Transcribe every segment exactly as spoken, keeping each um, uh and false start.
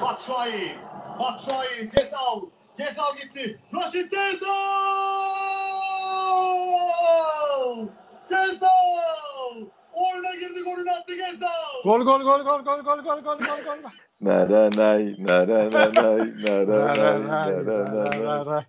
Batshuayi. Batshuayi. Gezal. Gezal gitti. Raşit Gezal. Gezal. Oyuna girdi, golünü attı Gezal. Gol gol gol gol gol gol gol gol gol gol. Naranay, naranay, naranay, naranay.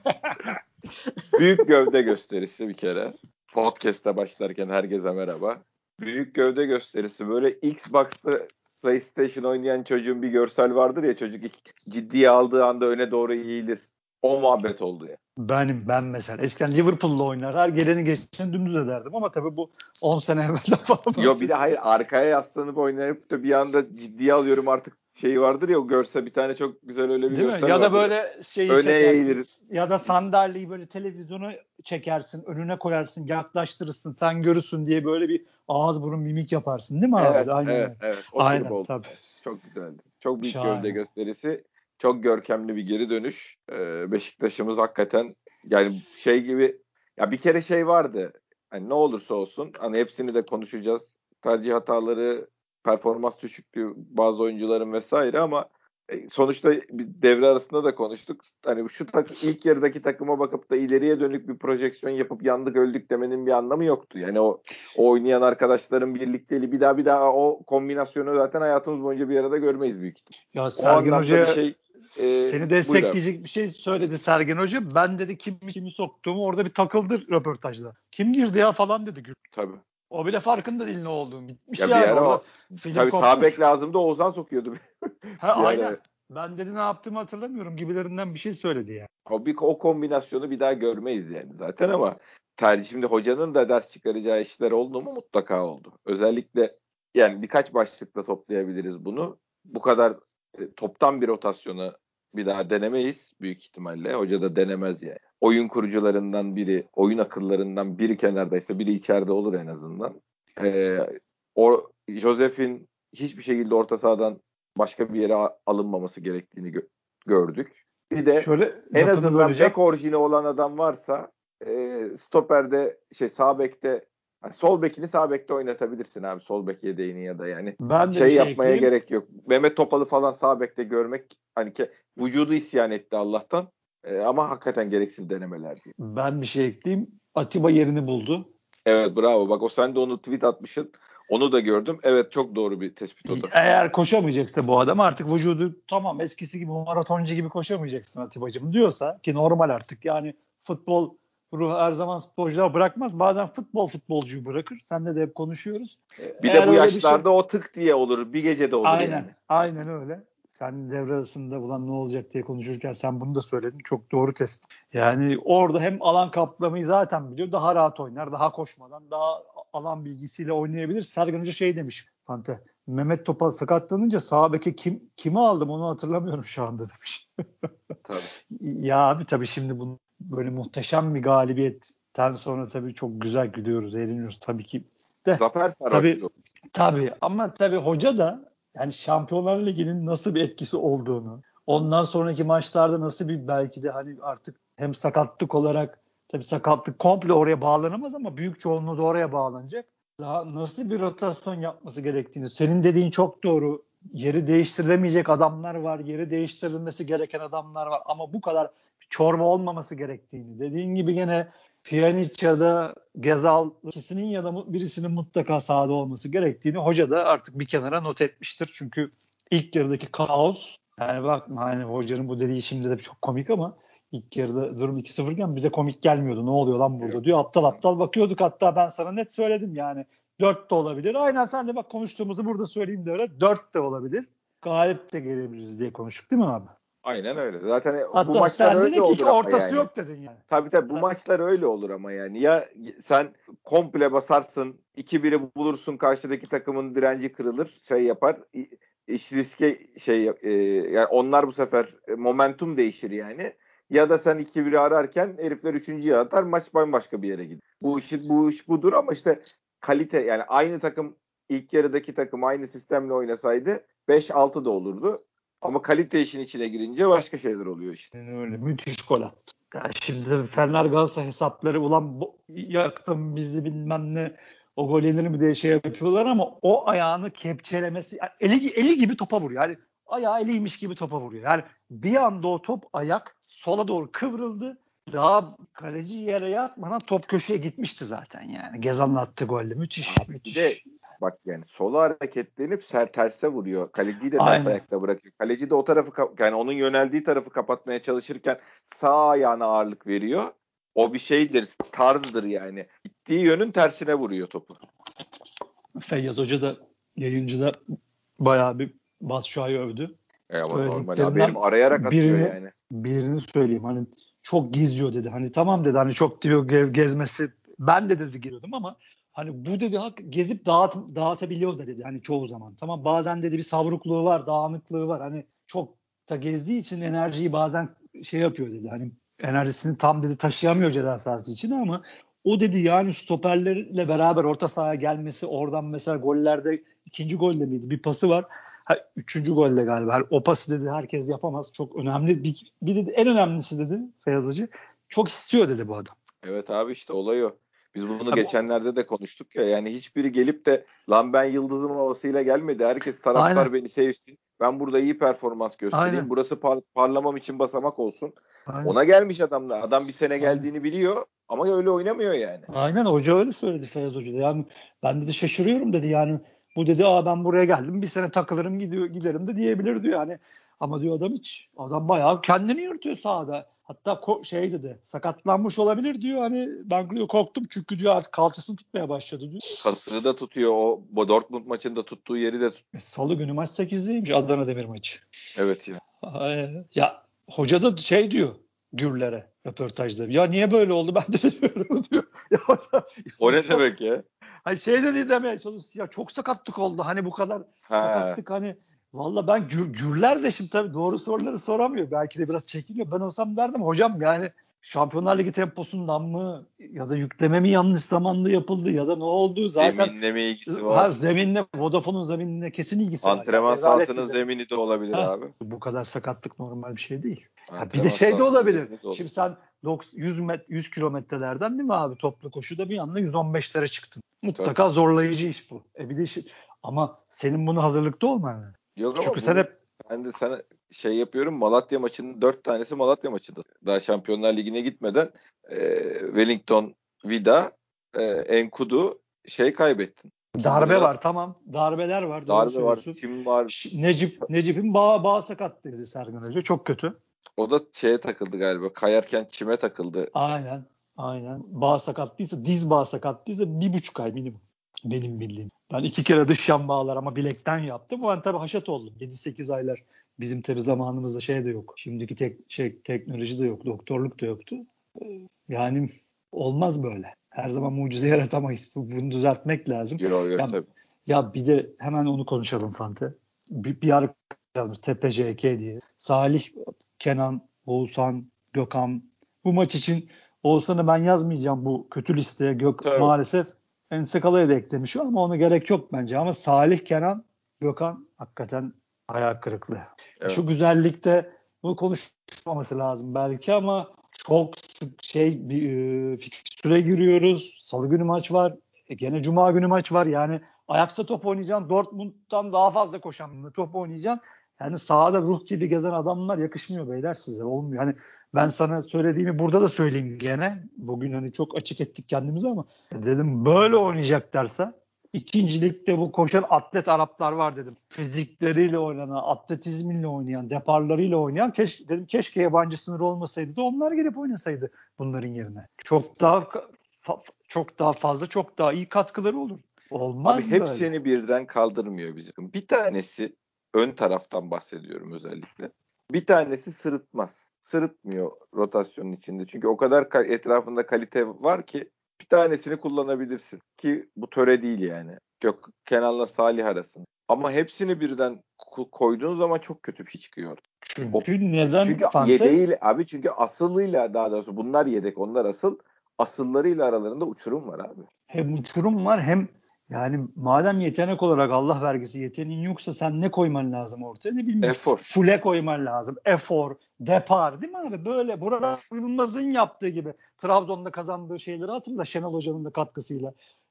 Büyük gövde gösterisi bir kere. Podcast'a başlarken herkese merhaba. Büyük gövde gösterisi böyle Xbox'ta PlayStation oynayan çocuğun bir görsel vardır ya, çocuk ciddiye aldığı anda öne doğru eğilir. O muhabbet oldu ya. Benim ben mesela eskiden Liverpool'la oynar, her geleni geçeni dümdüz ederdim ama tabii bu on sene evvelden falan. Yo bir de hayır, arkaya yaslanıp oynayıp da bir anda ciddiye alıyorum artık şey vardır ya, o görse bir tane çok güzel öyle bir değil görsel mi? Ya da vardır. böyle şeyi öne çekersin eğiliriz. ya da sandalyeyi böyle televizyonu çekersin, önüne koyarsın, yaklaştırırsın, sen görürsün diye böyle bir ağız burun mimik yaparsın değil mi abi? Evet, Aynen. evet, evet. O Aynen trip oldu. tabii. Çok güzeldi. Çok büyük Şahane. gövde gösterisi. Çok görkemli bir geri dönüş. Ee, Beşiktaş'ımız hakikaten yani şey gibi, ya bir kere şey vardı. Hani ne olursa olsun hani hepsini de konuşacağız. Tercih hataları, performans düşüklüğü bazı oyuncuların vesaire ama e, sonuçta bir devre arasında da konuştuk. Hani şu tak, ilk yarıdaki takıma bakıp da ileriye dönük bir projeksiyon yapıp yandık öldük demenin bir anlamı yoktu. Yani o, o oynayan arkadaşların birlikteliği, bir daha bir daha o kombinasyonu zaten hayatımız boyunca bir arada görmeyiz büyük ihtimal. Ya O Sergen anlamda Hoca bir şey e, seni buyur abi. destekleyecek bir şey söyledi Sergen Hoca. Ben dedi kimi kimi soktuğumu orada bir takıldı röportajda. Kim girdi ya falan dedi. Tabii. O bile farkında değil ne olduğunu. Gitmiş Ya bir yani ara orada. o Film tabii sağ bek kopmuş. lazımdı, Oğuzhan sokuyordu. Ha bir aynen. ara. Ben dedi ne yaptığımı hatırlamıyorum gibilerinden bir şey söyledi ya. O, bir, o kombinasyonu bir daha görmeyiz yani zaten ama tercih, şimdi hocanın da ders çıkaracağı işler oldu mu mutlaka oldu. Özellikle yani birkaç başlıkla toplayabiliriz bunu. Bu kadar e, toptan bir rotasyonu bir daha denemeyiz büyük ihtimalle. Hoca da denemez yani. Oyun kurucularından biri, oyun akıllarından biri kenardaysa biri içeride olur en azından. Ee, o Josef'in hiçbir şekilde orta sahadan başka bir yere alınmaması gerektiğini gö- gördük. Bir de Şöyle en lafını azından böleceğim. bek orijini olan adam varsa e, stoperde şey sağ bekte, yani sol bekini sağ bekte oynatabilirsin abi, sol bek yedeğini ya da yani Ben de şey bir şey yapmaya ekleyeyim. gerek yok. Mehmet Topal'ı falan sağ bekte görmek hani ki vücudu isyan etti Allah'tan. E, ama hakikaten gereksiz denemeler diye. Ben bir şey ekleyeyim. Atiba yerini buldu. Evet, bravo. Bak o sen de onu tweet atmışsın. Onu da gördüm. Evet, çok doğru bir tespit o da. Eğer koşamayacaksa bu adam artık vücudu tamam eskisi gibi maratoncu gibi koşamayacaksın Atibacığım diyorsa ki normal artık yani futbol ruhu her zaman futbolcular bırakmaz. Bazen futbol futbolcuyu bırakır. Seninle de hep konuşuyoruz. Bir Eğer de bu öyle bir şey yaşlarda o tık diye olur. Bir gecede olur aynen yani. aynen öyle. Sen devre arasında ulan ne olacak diye konuşurken sen bunu da söyledin. Çok doğru tespit. Yani orada hem alan kaplamayı zaten biliyor. Daha rahat oynar. Daha koşmadan daha alan bilgisiyle oynayabilir. Sergen Hoca şey demiş. Fante. Mehmet Topal sakatlanınca sağ beke kim, kimi aldım onu hatırlamıyorum şu anda demiş. Tabii. Ya abi tabii şimdi bu böyle muhteşem bir galibiyetten sonra tabii çok güzel gülüyoruz, eğleniyoruz tabii ki. De Zafer tabii sarhoşluğu. tabii ama tabii hoca da yani Şampiyonlar Ligi'nin nasıl bir etkisi olduğunu, ondan sonraki maçlarda nasıl bir belki de hani artık hem sakatlık olarak tabii sakatlık komple oraya bağlanamaz ama büyük çoğunluğu da oraya bağlanacak. Daha nasıl bir rotasyon yapması gerektiğini, senin dediğin çok doğru. Yeri değiştirilemeyecek adamlar var, yeri değiştirilmesi gereken adamlar var ama bu kadar çorba olmaması gerektiğini. Dediğin gibi gene Pjanic ya da Gezal ikisinin ya da birisinin mutlaka sahada olması gerektiğini hoca da artık bir kenara not etmiştir. Çünkü ilk yarıdaki kaos, yani bakma hani hocanın bu dediği şimdi de çok komik ama ilk yarıda durum iki sıfır iken bize komik gelmiyordu. Ne oluyor lan burada diyor. Aptal aptal bakıyorduk, hatta ben sana net söyledim yani. dört de olabilir. Aynen sen de bak konuştuğumuzu burada söyleyeyim de öyle. dört de olabilir. Galip de gelebiliriz diye konuştuk değil mi abi? Aynen öyle. Zaten bu Hatta maçlar sen öyle dedin ki hiç olur ama ortası yani. yok dedin yani. Tabii tabii bu maçlar öyle olur ama yani. Ya sen komple basarsın, iki biri bulursun, karşıdaki takımın direnci kırılır, şey yapar. İş riske şey e, yani onlar bu sefer momentum değişir yani. Ya da sen iki biri ararken herifler üçüncüye atar, maç bambaşka bir yere gider. Bu iş, bu iş budur ama işte kalite, yani aynı takım ilk yarıdaki takım aynı sistemle oynasaydı beş altı da olurdu. Ama kalite işin içine girince başka şeyler oluyor işte. Yani öyle müthiş gol attı. Ya şimdi Fener Galatasaray hesapları ulan bu, yaktım bizi bilmem ne o gol yenir mi diye şey yapıyorlar ama o ayağını kepçelemesi yani eli, eli gibi topa vuruyor. Yani ayağı eliymiş gibi topa vuruyor. Yani bir anda o top ayak sola doğru kıvrıldı. Daha kaleci yere yatmadan top köşeye gitmişti zaten yani. Gezal'ın attığı golle. Müthiş, Abi müthiş. bir de bak yani sola hareketlenip ser terse vuruyor. Kaleciyi de ters Aynen. ayakta bırakıyor. Kaleci de o tarafı ka- yani onun yöneldiği tarafı kapatmaya çalışırken sağ ayağına ağırlık veriyor. O bir şeydir, tarzdır yani. Gittiği yönün tersine vuruyor topu. Feyyaz Hoca da yayıncıda bayağı bir Batshuayi'yi övdü. E ama normal abi Söylediklerinden hem arayarak atıyor birini, yani. birini söyleyeyim. Hani çok geziyor dedi. Hani tamam dedi, hani çok diyor ge- gezmesi. Ben de dedi geziyordum ama hani bu dedi hak gezip dağıt, dağıtabiliyor da dedi. Hani çoğu zaman. Tamam, bazen dedi bir savrukluğu var, dağınıklığı var. Hani çok da gezdiği için enerjiyi bazen şey yapıyor dedi. Hani enerjisini tam dedi taşıyamıyor ceza sahası için ama o dedi yani stoperlerle beraber orta sahaya gelmesi, oradan mesela gollerde ikinci golde miydi? Bir pası var. Ha, üçüncü golde galiba. O pası dedi herkes yapamaz. Çok önemli. Bir, bir dedi en önemlisi dedi Feyyaz Hoca. Çok istiyor dedi bu adam. Evet abi işte olay o. Biz bunu Tabii, geçenlerde de konuştuk ya. Yani hiçbiri gelip de lan ben yıldızım havasıyla gelmedi. Herkes taraftar aynen. beni sevsin. Ben burada iyi performans göstereyim. Aynen. Burası par- parlamam için basamak olsun. Aynen. Ona gelmiş adamlar. Adam bir sene Aynen. geldiğini biliyor ama öyle oynamıyor yani. Aynen, hoca öyle söyledi Feyyaz Hoca da. Yani ben dedi şaşırıyorum dedi yani. Bu dedi aa ben buraya geldim bir sene takılırım gidiyor, giderim de diyebilir diyor yani. Ama diyor adam hiç. Adam bayağı kendini yırtıyor sahada. Hatta ko- şey dedi, sakatlanmış olabilir diyor. Hani ben diyor korktum çünkü diyor artık kalçasını tutmaya başladı diyor. Kasığı da tutuyor. O bu Dortmund maçında tuttuğu yeri de tut. E, Salı günü maç sekizdeymiş, Adana Demir maçı. Evet ya. Ay, ya hoca da şey diyor Gürler'e röportajda. Ya niye böyle oldu ben de bilmiyorum diyor. Ya, hoca, O ne hoca, demek ya? hani şey de demeye çalışıyor. Ya çok sakatlık oldu. Hani bu kadar Ha. sakatlık hani valla ben Gür, Gürler de şimdi tabii doğru soruları soramıyor. Belki de biraz çekiniyor. Ben olsam derdim hocam yani Şampiyonlar Ligi temposundan mı ya da yükleme mi yanlış zamanda yapıldı ya da ne oldu zaten Zeminle mi ilgisi ha, var? zeminle Vodafone'un zeminine kesin ilgisi var. Yani Antrenman rezalet bir sahasının zemin. zemini de olabilir Ha, abi. bu kadar sakatlık normal bir şey değil. Ha, bir de Antrenman şey de sahasının olabilir. zemini de Şimdi olabilir. sen doksan yüz met yüz kilometrelerden değil mi abi toplu koşuda bir anda yüz on beşlere çıktın. Tabii. Mutlaka zorlayıcı iş bu. E bir de şey, ama senin bunu hazırlıkta olman lazım. Yok Çünkü ama sen bunu hep ben de sana şey yapıyorum. Malatya maçının dört tanesi Malatya maçında. Daha Şampiyonlar Ligi'ne gitmeden e, Wellington, Vida, e, Enkudu şey kaybettin. Kimdir darbe lan? var, tamam. Darbeler var, doğru Darbe var, söylüyorsun. Çim var. Ş- Necip Necip'in bağ, bağ sakat dedi Sergen Hoca. Çok kötü. O da şeye takıldı galiba. Kayarken çime takıldı. Aynen. Aynen. Bağ sakatlıysa, diz bağ sakatlıysa bir buçuk ay minimum. Benim bildiğim. Ben iki kere dış yan bağlar ama bilekten yaptım. Ben tabii haşat oldum. yedi sekiz aylar. Bizim tabii zamanımızda şey de yok. Şimdiki tek, şey, teknoloji de yok. Doktorluk da yoktu. Yani olmaz böyle. Her zaman mucize yaratamayız. Bunu düzeltmek lazım. Yok yok Ya, tabii. ya bir de hemen onu konuşalım Fante. Bir, bir arkadaşımız Tepe J K diye. Salih, Kenan, Oğuzhan, Gökhan. Bu maç için Oğuzhan'ı ben yazmayacağım bu kötü listeye. Gök Tabii. maalesef Ensekala'ya da eklemiş ama ona gerek yok bence. Ama Salih, Kenan, Gökhan hakikaten hayal kırıklığı. Evet. Şu güzellikte bunu konuşmaması lazım belki ama çok sık şey bir e, fikstüre giriyoruz. Salı günü maç var. E, gene Cuma günü maç var. Yani Ajax'ta top oynayacaksın. Dortmund'dan daha fazla koşan top oynayacaksın. Yani sahada ruh gibi gezen adamlar yakışmıyor beyler size. Olmuyor. Hani ben sana söylediğimi burada da söyleyeyim gene. Bugün hani çok açık ettik kendimizi ama dedim böyle oynayacaklarsa İkincilikte bu koşan atlet Araplar var dedim. Fizikleriyle oynayan, atletizmiyle oynayan, deparlarıyla oynayan keş, dedim keşke yabancı sınır olmasaydı da onlar gelip oynasaydı bunların yerine. Çok daha fa, çok daha fazla, çok daha iyi katkıları olur. Abi Olmaz böyle. hepsini birden kaldırmıyor bizim. Bir tanesi ön taraftan bahsediyorum özellikle. Bir tanesi sırıtmaz. Sırıtmıyor rotasyonun içinde. Çünkü o kadar ka- etrafında kalite var ki bir tanesini kullanabilirsin. Ki bu töre değil yani. Gök, Kenan'la Salih arasında. Ama hepsini birden ko- koyduğun zaman çok kötü bir şey çıkıyor. O, Çünkü neden çünkü Fante? yedeğiyle abi çünkü asıllıyla daha doğrusu bunlar yedek onlar asıl. Asıllarıyla aralarında uçurum var abi. Hem uçurum var hem yani madem yetenek olarak Allah vergisi yeteneğin yoksa sen ne koyman lazım ortaya? Ne bileyim Efor. fule koyman lazım. Efor, depar değil mi abi? Böyle burada Yılmaz'ın yaptığı gibi Trabzon'da kazandığı şeyleri hatırla Şenol Hoca'nın da katkısıyla.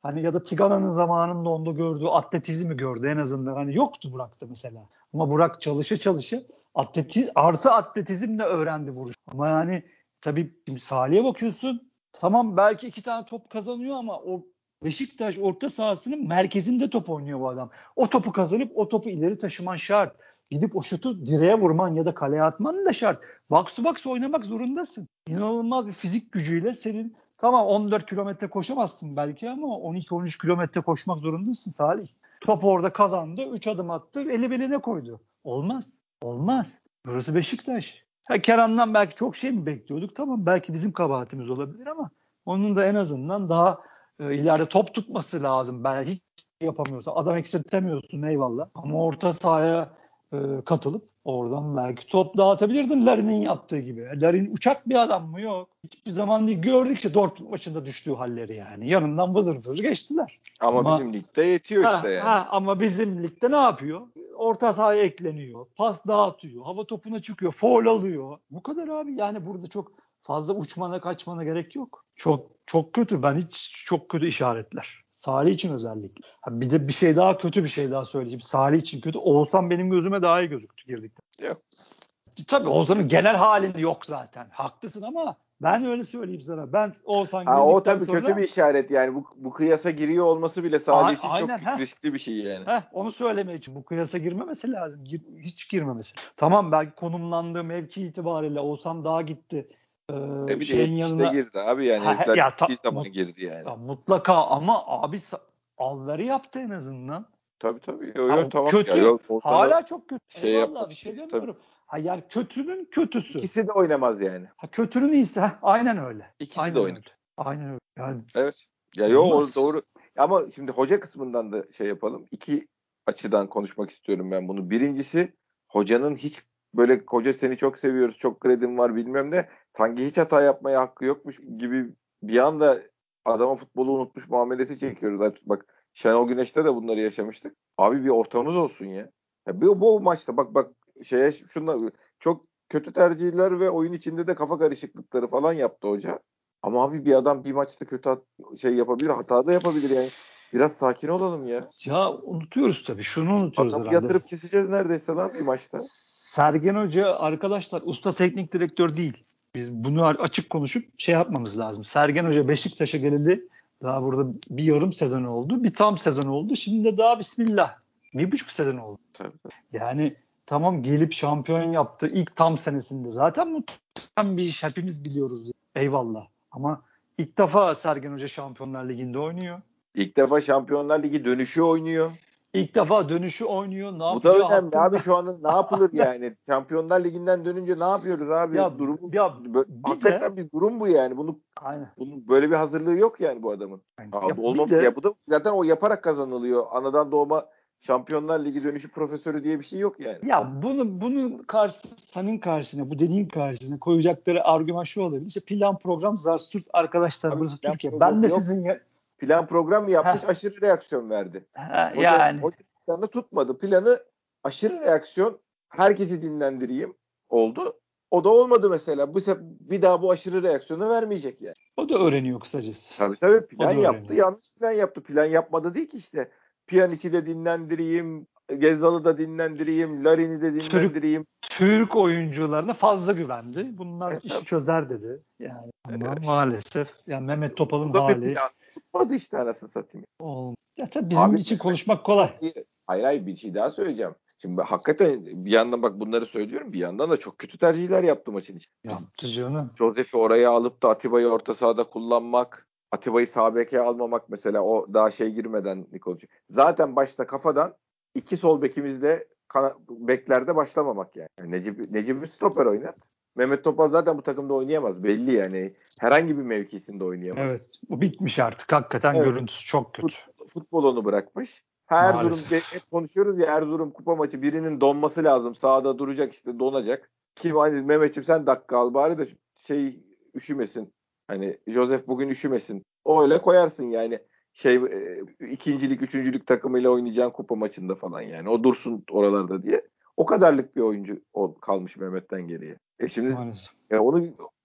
Hani ya da Tigana'nın zamanında onda gördüğü atletizmi gördü en azından. Hani yoktu Burak'ta mesela. Ama Burak çalışa çalışa atleti, artı atletizmle öğrendi vuruş. Ama yani tabii Salih'e bakıyorsun. Tamam belki iki tane top kazanıyor ama o Beşiktaş orta sahasının merkezinde top oynuyor bu adam. O topu kazanıp o topu ileri taşıman şart. Gidip o şutu direğe vurman ya da kaleye atman da şart. Box to box oynamak zorundasın. İnanılmaz bir fizik gücüyle senin tamam on dört kilometre koşamazsın belki ama on iki on üç kilometre koşmak zorundasın Salih. Top orada kazandı. üç adım attı. Eli beline koydu. Olmaz. Olmaz. Burası Beşiktaş. Ha, Kerem'den belki çok şey mi bekliyorduk? Tamam belki bizim kabahatimiz olabilir ama onun da en azından daha e, ileride top tutması lazım. Ben hiç yapamıyorsa adam eksiltemiyorsun eyvallah. Ama orta sahaya e, katılıp oradan belki top dağıtabilirdin Larin'in yaptığı gibi. Larin uçak bir adam mı? Yok. Hiçbir zaman değil. Gördükçe Dortmund maçında düştüğü halleri yani. Yanından vızır vızır geçtiler. Ama, Ama bizim ligde yetiyor ha, işte yani. ha, ama bizim ligde ne yapıyor? Orta sahaya ekleniyor. Pas dağıtıyor. Hava topuna çıkıyor. Foul alıyor. Bu kadar abi. Yani burada çok fazla uçmana kaçmana gerek yok. Çok çok kötü. Ben hiç çok kötü işaretler. Salih için özellikle. Ha, bir de bir şey daha kötü bir şey daha söyleyeyim. Salih için kötü. Oğuzhan benim gözüme daha iyi gözüktü girdikten. Yok. Tabii Oğuzhan'ın genel halinde yok zaten. Haklısın ama ben öyle söyleyeyim sana. Ben Oğuzhan Ha, o girdikten tabii kötü sonra bir işaret yani. Bu, bu kıyasa giriyor olması bile A- Salih için çok aynen ha. riskli bir şey yani. Heh, onu söylemeye için bu kıyasa girmemesi lazım. Gir, hiç girmemesi. Tamam belki konumlandığı mevki itibariyle Oğuzhan daha gitti. Ee, E bir de şeyin yetmişte yanına girdi abi yani ha, herifler ya, ta, gittiği zaman mut, girdi yani. ya, mutlaka ama abi alları yaptı en azından. Tabii tabii. Yo, Ha, yo, o tamam ya. kötü. Yok, Oğuzhan'ı Hala çok kötü. şey Eyvallah yapmak bir şey için tabii. demiyorum. Ha, yani kötünün kötüsü. İkisi de oynamaz yani. Ha, kötünün iyisi. Ha, aynen öyle. İkisi de Aynen oynamaz. öyle. Aynen öyle. Yani Evet. Ya yo o olmaz. doğru. Ama şimdi hoca kısmından da şey yapalım. İki açıdan konuşmak istiyorum ben bunu. Birincisi hocanın hiç böyle hoca seni çok seviyoruz, çok kredin var bilmem ne. Sanki hiç hata yapmaya hakkı yokmuş gibi bir anda adama futbolu unutmuş muamelesi çekiyoruz. Artık bak Şenol Güneş'te de bunları yaşamıştık. Abi bir ortamız olsun ya. Ya bu, bu maçta bak bak şeye şunlar çok kötü tercihler ve oyun içinde de kafa karışıklıkları falan yaptı hoca. Ama abi bir adam bir maçta kötü hat- şey yapabilir, hata da yapabilir yani. Biraz sakin olalım ya. Ya unutuyoruz tabii. Şunu unutuyoruz Adamı herhalde. yatırıp keseceğiz neredeyse lan bir maçta. Sergen Hoca arkadaşlar usta teknik direktör değil. Biz bunu açık konuşup şey yapmamız lazım. Sergen Hoca Beşiktaş'a geleli daha burada bir yarım sezon oldu. Bir tam sezon oldu. Şimdi de daha bismillah. Bir buçuk sezon oldu. Tabii, tabii. Yani tamam gelip şampiyon yaptı. İlk tam senesinde. Zaten muhteşem bir iş. Hepimiz biliyoruz. Eyvallah. Ama ilk defa Sergen Hoca Şampiyonlar Ligi'nde oynuyor. İlk defa Şampiyonlar Ligi dönüşü oynuyor. İlk defa dönüşü oynuyor. Ne Bu da yapacağı önemli abi hakkında. şu anda ne yapılır yani? Şampiyonlar Ligi'nden dönünce ne yapıyoruz abi? ya, Durumu ya bö- bir de hakikaten bir durum bu yani. Bunu aynen. bunun böyle bir hazırlığı yok yani bu adamın. aynen. Abi Ya bir olmam ya de bu da zaten o yaparak kazanılıyor. Anadan doğma Şampiyonlar Ligi dönüşü profesörü diye bir şey yok yani. ya bunu bunun karşısına senin karşısına bu dediğin karşısına koyacakları argüman şu olabilir. İşte plan program zarsut arkadaşlar Abi burası plan Türkiye. Ben programı de yok. sizin ya- Plan program yapmış Heh, aşırı reaksiyon verdi. heh, Hoca, yani hoca planı tutmadı. Planı aşırı reaksiyon herkesi dinlendireyim oldu. O da olmadı mesela. Bu sefer bir daha bu aşırı reaksiyonu vermeyecek yani. o da öğreniyor kısacası. Tabii tabii O plan da yaptı. öğreniyor. Yanlış plan yaptı. Plan yapmadı değil ki işte. Pjanic'i de dinlendireyim. Gezzal'ı da dinlendireyim. Larin'i de Türk dinlendireyim. Türk oyuncularına fazla güvendi. Bunlar E, işi tabii. çözer dedi. Yani ama E, maalesef yani Mehmet Topal'ın Bu da bir hali plan. Tutmadı işte anasını satayım. olmuyor. Ya tabii bizim Abi için Mehmet konuşmak Topal kolay. bir, hayır hayır bir şey daha söyleyeceğim. Şimdi ben hakikaten bir yandan bak bunları söylüyorum bir yandan da çok kötü tercihler yaptı maçın için. Biz Yaptı canım. Josef'i oraya alıp da Atiba'yı orta sahada kullanmak, Atiba'yı sağ beke almamak mesela o daha şey girmeden Nikolic. Zaten başta kafadan iki sol bekimizle kana- beklerde başlamamak yani. Yani Necip, Necip'i stoper oynat. Mehmet Topal zaten bu takımda oynayamaz belli yani. Herhangi bir mevkisinde oynayamaz. Evet. Bu bitmiş artık. Hakikaten Evet. görüntüsü çok kötü. Fut, futbol onu bırakmış. Ha, Erzurum Maalesef. hep konuşuyoruz ya Erzurum kupa maçı birinin donması lazım. Sahada duracak işte donacak. Kim hani Mehmetciğim sen dakika al bari de şey üşümesin. Hani Josef bugün üşümesin. O öyle koyarsın yani. Şey e, ikincilik, üçüncülük takımıyla oynayacağın kupa maçında falan yani. O dursun oralarda diye. O kadarlık bir oyuncu o, kalmış Mehmet'ten geriye. E şimdi Maalesef. ya onu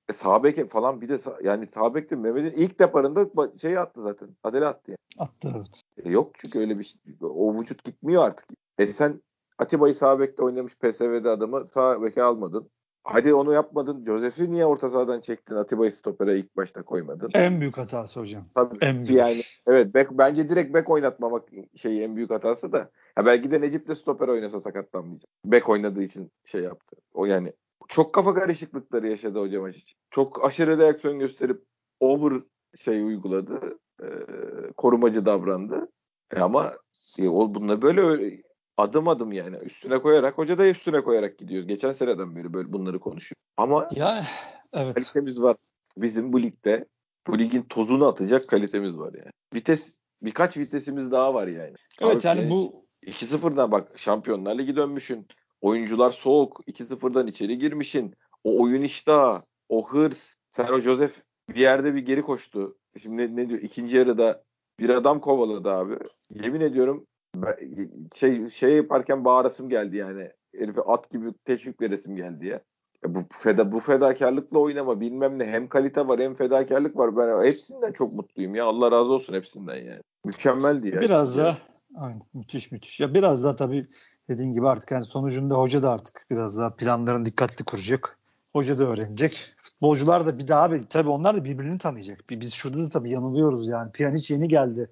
E, sağ beke falan bir de sağ, yani sağ bekte Mehmet'in ilk deparında şeyi attı zaten. Adele attı yani. Attı evet. E, yok çünkü öyle bir şey. O vücut gitmiyor artık. E sen Atiba'yı sağ bekte oynamış P S V'de adamı sağ beke almadın. Hadi onu yapmadın. Josef'i niye orta sahadan çektin? Atiba'yı stopere ilk başta koymadın. En büyük hatası hocam. Tabii en ki büyük. yani. Evet bek, bence direkt bek oynatmamak şeyi en büyük hatası da. Ya belki de Necip de stoper oynasa sakatlanmayacak. Bek oynadığı için şey yaptı. O yani çok kafa karışıklıkları yaşadı hocam maç için. Çok aşırı reaksiyon gösterip over şey uyguladı. E, korumacı davrandı. E ama e, o bunlar böyle öyle, adım adım yani üstüne koyarak hoca da üstüne koyarak gidiyor. Geçen seneden beri böyle bunları konuşuyor. Ama Ya evet. kalitemiz var. Bizim bu ligde bu ligin tozunu atacak kalitemiz var yani. Vites birkaç vitesimiz daha var yani. Evet Abi yani yani bu iki sıfırdan bak Şampiyonlar Ligi dönmüşsün. Oyuncular soğuk. iki sıfırdan içeri girmişsin. O oyun iştahı, o hırs. Sen o Josef bir yerde bir geri koştu. Şimdi ne, ne diyor? İkinci yarıda bir adam kovaladı abi. Yemin ediyorum ben, şey şey yaparken bağırasım geldi yani. Herife at gibi teşvik veresim geldi ya. Ya bu feda bu fedakarlıkla oynama bilmem ne hem kalite var hem fedakarlık var. Ben hepsinden çok mutluyum ya. Allah razı olsun hepsinden yani. Mükemmeldi ya. biraz da aynen, müthiş müthiş. Ya biraz da tabii dediğin gibi artık yani sonucunda hoca da artık biraz daha planlarını dikkatli kuracak. Hoca da öğrenecek. Futbolcular da bir daha abi tabii onlar da birbirini tanıyacak. Biz şurada da tabii yanılıyoruz yani. Pjanic yeni geldi.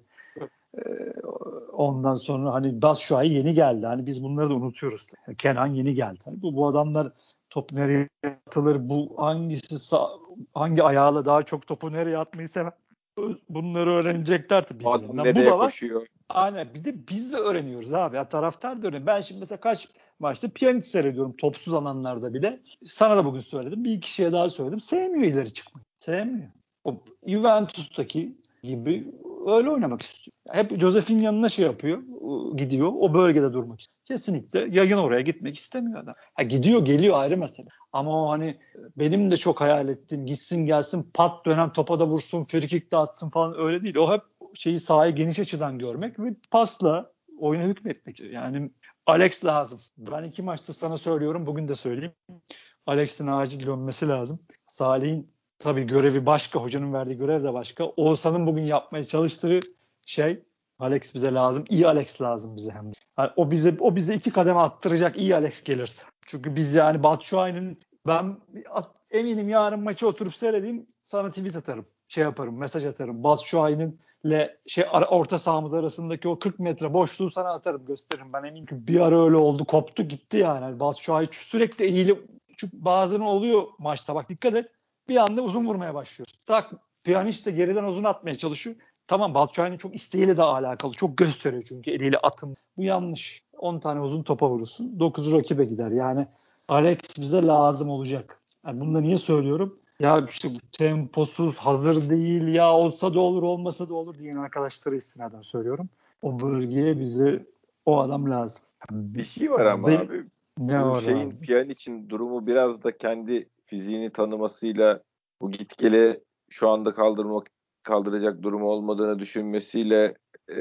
Ee, ondan sonra hani Batshuayi yeni geldi. Hani biz bunları da unutuyoruz. Kenan yeni geldi. Hani bu bu adamlar top nereye atılır? Bu hangisi sağ, hangi ayağıyla daha çok topu nereye atmayı sever? Bunları öğrenecekler tabii Adam birbirinden. Bu nereye da var. koşuyor? Aynen. Bir de biz de öğreniyoruz abi. Ya, taraftar da öğreniyor. Ben şimdi mesela kaç maçta Pjanic seyrediyorum topsuz alanlarda bile. Sana da bugün söyledim. Bir kişiye daha söyledim. Sevmiyor ileri çıkmayı. Sevmiyor. O Juventus'taki gibi öyle oynamak istiyor. Hep Josef'in yanına şey yapıyor. Gidiyor. O bölgede durmak istiyor. Kesinlikle yayın oraya gitmek istemiyor adam. Ha, gidiyor geliyor ayrı mesele. Ama o hani benim de çok hayal ettiğim gitsin gelsin pat dönem topa da vursun frikik de atsın falan öyle değil. O hep şeyi sahayı geniş açıdan görmek ve pasla oyuna hükmetmek. Yani Alex lazım. Ben iki maçta sana söylüyorum. Bugün de söyleyeyim. Alex'in acil dönmesi lazım. Salih'in tabii görevi başka. Hocanın verdiği görev de başka. Oğuzhan'ın bugün yapmaya çalıştığı şey Alex bize lazım. İyi Alex lazım bize hem de. Yani o bize o bize iki kademe attıracak iyi Alex gelirse. Çünkü biz yani Batshuayi'nin ben at, eminim yarın maçı oturup seyredeyim sana tweet atarım. Şey yaparım, mesaj atarım. Batshuayi'nin ile şey orta sahamız arasındaki o kırk metre boşluğu sana atarım, gösteririm. Ben eminim ki bir ara öyle oldu, koptu gitti yani. yani Batshuayi sürekli eliyle çünkü bazen oluyor maçta bak dikkat et. Bir anda uzun vurmaya başlıyor. Tak Pjanic de geriden uzun atmaya çalışıyor. Tamam Batshuayi'nin çok isteğiyle de alakalı. Çok gösteriyor çünkü eliyle atın. Bu yanlış. on tane uzun topa vurursun. dokuz rakibe gider. Yani Alex bize lazım olacak. Yani bunu da niye söylüyorum? Ya işte temposuz, hazır değil ya olsa da olur olmasa da olur diyen arkadaşlara istinaden söylüyorum. O bölgeye bize o adam lazım. Bir şey var Yani ama be- abi. ne Bu var şeyin abi? Pjanic'in durumu biraz da kendi fiziğini tanımasıyla bu gitgele şu anda kaldırmak kaldıracak durumu olmadığını düşünmesiyle e,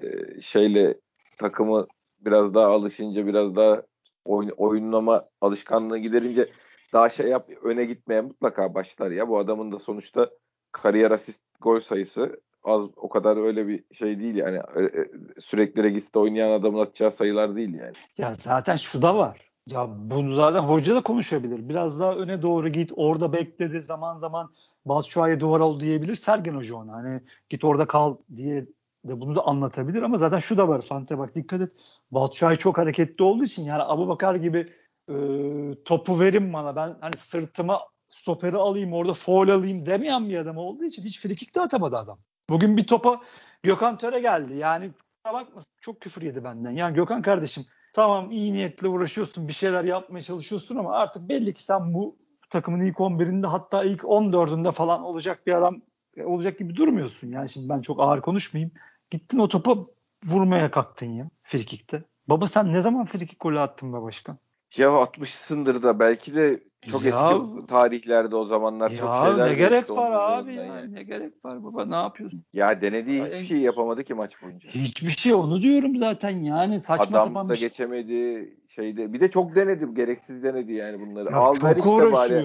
şeyle takımı biraz daha alışınca biraz daha oyun, oyunlama alışkanlığı giderince daha şey yap öne gitmeye mutlaka başlar ya. Bu adamın da sonuçta kariyer asist gol sayısı az o kadar öyle bir şey değil yani. E, e, sürekli registe oynayan adamın atacağı sayılar değil yani. Ya zaten şu da var. Ya bunu zaten hoca da konuşabilir. Biraz daha öne doğru git. Orada bekledi. Zaman zaman Batshuayi duvar ol diyebilir. Sergen Hoca ona. Hani git orada kal diye de bunu da anlatabilir. Ama zaten şu da var. Fante bak dikkat et. Batshuayi çok hareketli olduğu için yani Abubakar gibi e, topu verin bana. Ben hani sırtıma stoperi alayım orada foul alayım demeyen bir adam olduğu için hiç frikik de atamadı adam. Bugün bir topa Gökhan Töre geldi. Yani bakma çok küfür yedi benden. Yani Gökhan kardeşim tamam iyi niyetle uğraşıyorsun bir şeyler yapmaya çalışıyorsun ama artık belli ki sen bu takımın ilk on birinde hatta ilk on dördünde falan olacak bir adam olacak gibi durmuyorsun. Yani şimdi ben çok ağır konuşmayayım. Gittin o topa vurmaya kalktın ya frikikte. Baba sen ne zaman frikik golü attın be başkan? Ya atmışsındır da belki de çok eski Ya tarihlerde o zamanlar çok ya ne şeyler değişti gerek var onun abi üzerinden ya yani. ne gerek var baba ne yapıyorsun? Ya denediği hiçbir En- şey yapamadı ki maç boyunca. Hiçbir şey onu diyorum zaten yani saçma Adam sapan da bir şey. geçemedi şeyde. Bir de çok denedi, gereksiz denedi yani bunları. Ya Al ver çok işte bari. uğraşıyor.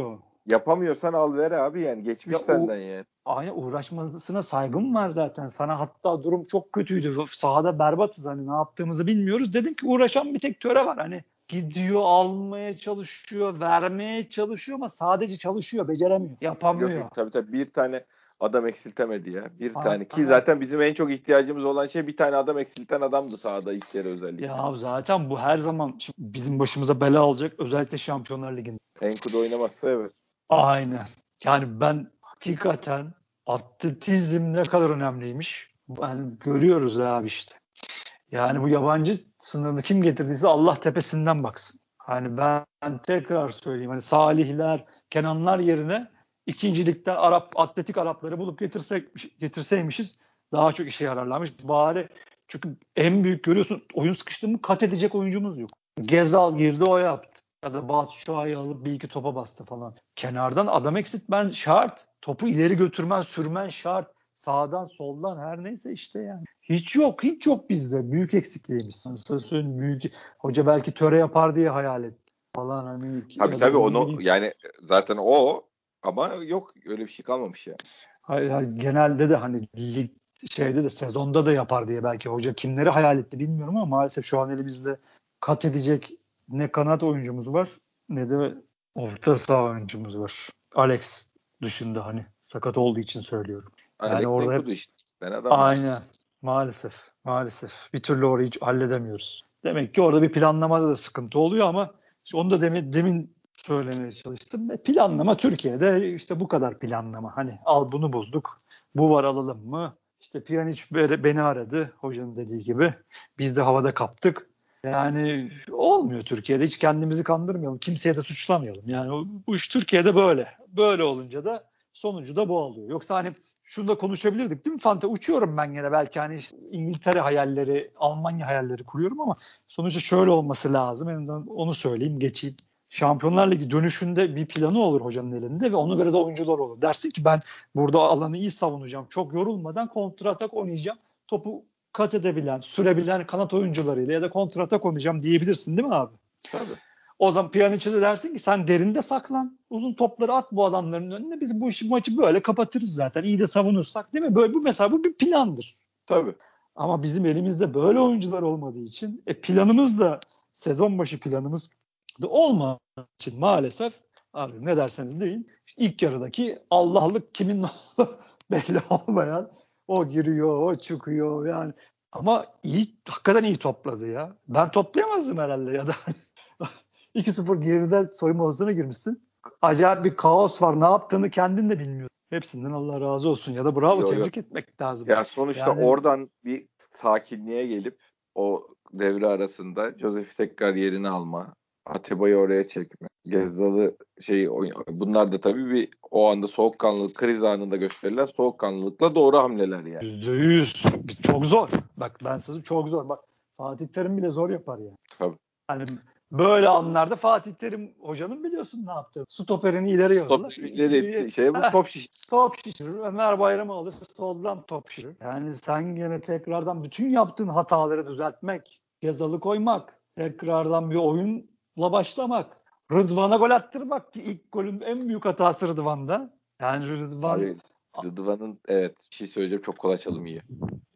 yapamıyorsan al ver abi yani. Geçmiş Ya senden o, yani. aynen uğraşmasına saygım var zaten. Sana hatta durum çok kötüydü. Sahada berbatız hani ne yaptığımızı bilmiyoruz. Dedim ki uğraşan bir tek Töre var. Hani gidiyor almaya çalışıyor, vermeye çalışıyor ama sadece çalışıyor, beceremiyor, Yok yapamıyor. yok tabii tabii bir tane adam eksiltemedi ya. Bir Ha, tane ki ha. zaten bizim en çok ihtiyacımız olan şey bir tane adam eksilten adamdı sahada ilk yarı özellikle. Ya zaten bu her zaman şimdi bizim başımıza bela olacak. Özellikle Şampiyonlar Ligi'nde. Enkudu oynamazsa evet. Aynen. Yani ben hakikaten atletizm ne kadar önemliymiş. Yani görüyoruz abi işte. Yani bu yabancı sınırını kim getirdiyse Allah tepesinden baksın. Hani ben tekrar söyleyeyim. Hani Salihler, Kenanlar yerine ikincilikten Arap atletik Arapları bulup getirsek getirseymişiz daha çok işe yararlarmış. Bari çünkü en büyük görüyorsun oyun sıkıştı mı kat edecek oyuncumuz yok. Gezal girdi o yaptı. Ya da Batshuayi alıp bir iki topa bastı falan. Kenardan adam eksiltmen şart. Topu ileri götürmen, sürmen şart. Sağdan, soldan her neyse işte yani. Hiç yok, hiç yok bizde. Büyük eksikliğimiz. Nasıl söyleyeyim, büyük. Hoca belki Töre yapar diye hayal etti falan hani. Tabii Ya da tabii ne onu bileyim. yani zaten o ama yok öyle bir şey kalmamış yani. Hayır, hayır, genelde de hani lig şeyde de sezonda da yapar diye belki hoca kimleri hayal etti bilmiyorum ama maalesef şu an elimizde kat edecek ne kanat oyuncumuz var ne de orta saha oyuncumuz var. Alex dışında hani sakat olduğu için söylüyorum. Yani Alex orada hep Enkudu işte. Sen adam var. aynen maalesef maalesef bir türlü orayı hiç halledemiyoruz. Demek ki orada bir planlamada da sıkıntı oluyor ama işte onu da demin, demin söylemeye çalıştım. E, planlama Türkiye'de işte bu kadar planlama. Hani al bunu bozduk. Bu var alalım mı? İşte Pjanic beni aradı hocanın dediği gibi. Biz de havada kaptık. Yani olmuyor Türkiye'de. Hiç kendimizi kandırmayalım. Kimseye de suçlamayalım. Yani bu iş Türkiye'de böyle. Böyle olunca da sonucu da bu oluyor. Yoksa hani şunu da konuşabilirdik değil mi Fanta? Uçuyorum ben yine belki hani işte İngiltere hayalleri, Almanya hayalleri kuruyorum ama sonuçta şöyle olması lazım. En azından onu söyleyeyim, geçeyim. Şampiyonlar Ligi dönüşünde bir planı olur hocanın elinde ve ona göre de oyuncular olur. Dersin ki ben burada alanı iyi savunacağım. Çok yorulmadan kontratak oynayacağım. Topu kat edebilen, sürebilen kanat oyuncularıyla ya da kontratak oynayacağım diyebilirsin değil mi abi? Tabii. O zaman Pjanic'e de dersin ki sen derinde saklan. Uzun topları at bu adamların önüne. Biz bu işi maçı böyle kapatırız zaten. İyi de savunursak değil mi? Böyle bu mesela bu bir plandır. Tabii. Ama bizim elimizde böyle oyuncular olmadığı için e, planımız da sezon başı planımız da olmadığı için maalesef abi ne derseniz deyin ilk yarıdaki Allah'lık kimin olduğu belli olmayan o giriyor o çıkıyor yani ama iyi hakikaten iyi topladı ya. Ben toplayamazdım herhalde ya da iki sıfır geride soyunma odasına girmişsin. Acayip bir kaos var. Ne yaptığını kendin de bilmiyorsun. Hepsinden Allah razı olsun ya da bravo Yo, yo. tebrik etmek lazım. Ya sonuçta Yani oradan bir sakinliğe gelip o devre arasında Joseph tekrar yerini alma, Atiba'yı oraya çekme, Gezzal'ı şey bunlar da tabii bir o anda soğukkanlılık kriz anında gösterilen soğukkanlılıkla doğru hamleler yani. yüzde yüz çok zor. Bak ben size çok zor. Bak Fatih Terim bile zor yapar yani. Tabii. Hani böyle anlarda Fatih Terim hocanın biliyorsun ne yaptı. Stoperini ileri yollar. Stop ileri etti. Şey bu Heh, top şiş. top şişirir. Ömer Bayram'ı alır. Soldan top şişirir. Yani sen gene tekrardan bütün yaptığın hataları düzeltmek, Gezal'ı koymak, tekrardan bir oyunla başlamak, Rıdvan'a gol attırmak ki ilk golün en büyük hatası Rıdvan'da. Yani Rıdvan Abi Rıdvan'ın evet bir şey söyleyeceğim çok kolay çalım iyi.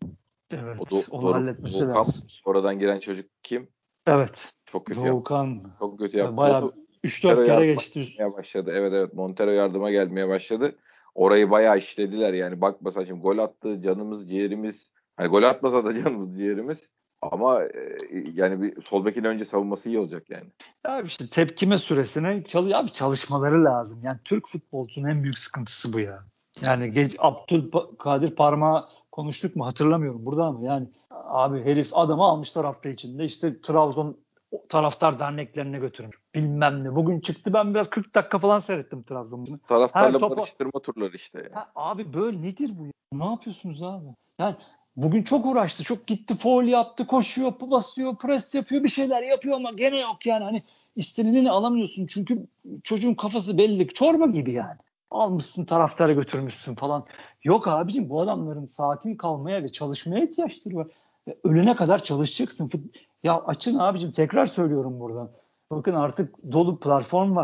evet O do onu Doruk halletmesi Doğukan lazım. sonradan giren çocuk kim? Evet. Çok kötü yaptı. Doğukan Çok kötü yani yaptı. bayağı Onu üç Montero dört kere yardıma geçti. gelmeye başladı. Evet evet Montero yardıma gelmeye başladı. Orayı bayağı işlediler yani. Bak mesela şimdi gol attı canımız ciğerimiz. Hani gol atmasa da canımız ciğerimiz. Ama e, yani bir sol bekin önce savunması iyi olacak yani. Ya işte tepkime süresine çalış abi çalışmaları lazım. Yani Türk futbolcunun en büyük sıkıntısı bu ya. Yani geç Abdülkadir Parmağı konuştuk mu hatırlamıyorum burada ama yani abi herif adamı almışlar hafta içinde işte Trabzon taraftar derneklerine götürmüş. Bilmem ne. Bugün çıktı ben biraz kırk dakika falan seyrettim Trabzon'u. Her Taraftarla topa barıştırma turları işte yani. ha, abi böyle nedir bu ya? Ne yapıyorsunuz abi? Yani bugün çok uğraştı. Çok gitti foul yaptı. Koşuyor, basıyor, pres yapıyor. Bir şeyler yapıyor ama gene yok yani. Hani istenileni alamıyorsun. Çünkü çocuğun kafası belli. Çorba gibi yani. Almışsın taraftara götürmüşsün falan. Yok abicim bu adamların sakin kalmaya ve çalışmaya ihtiyaçları var. Ya, ölene kadar çalışacaksın. Fut- Ya açın abicim tekrar söylüyorum buradan. Bakın artık dolu platform var.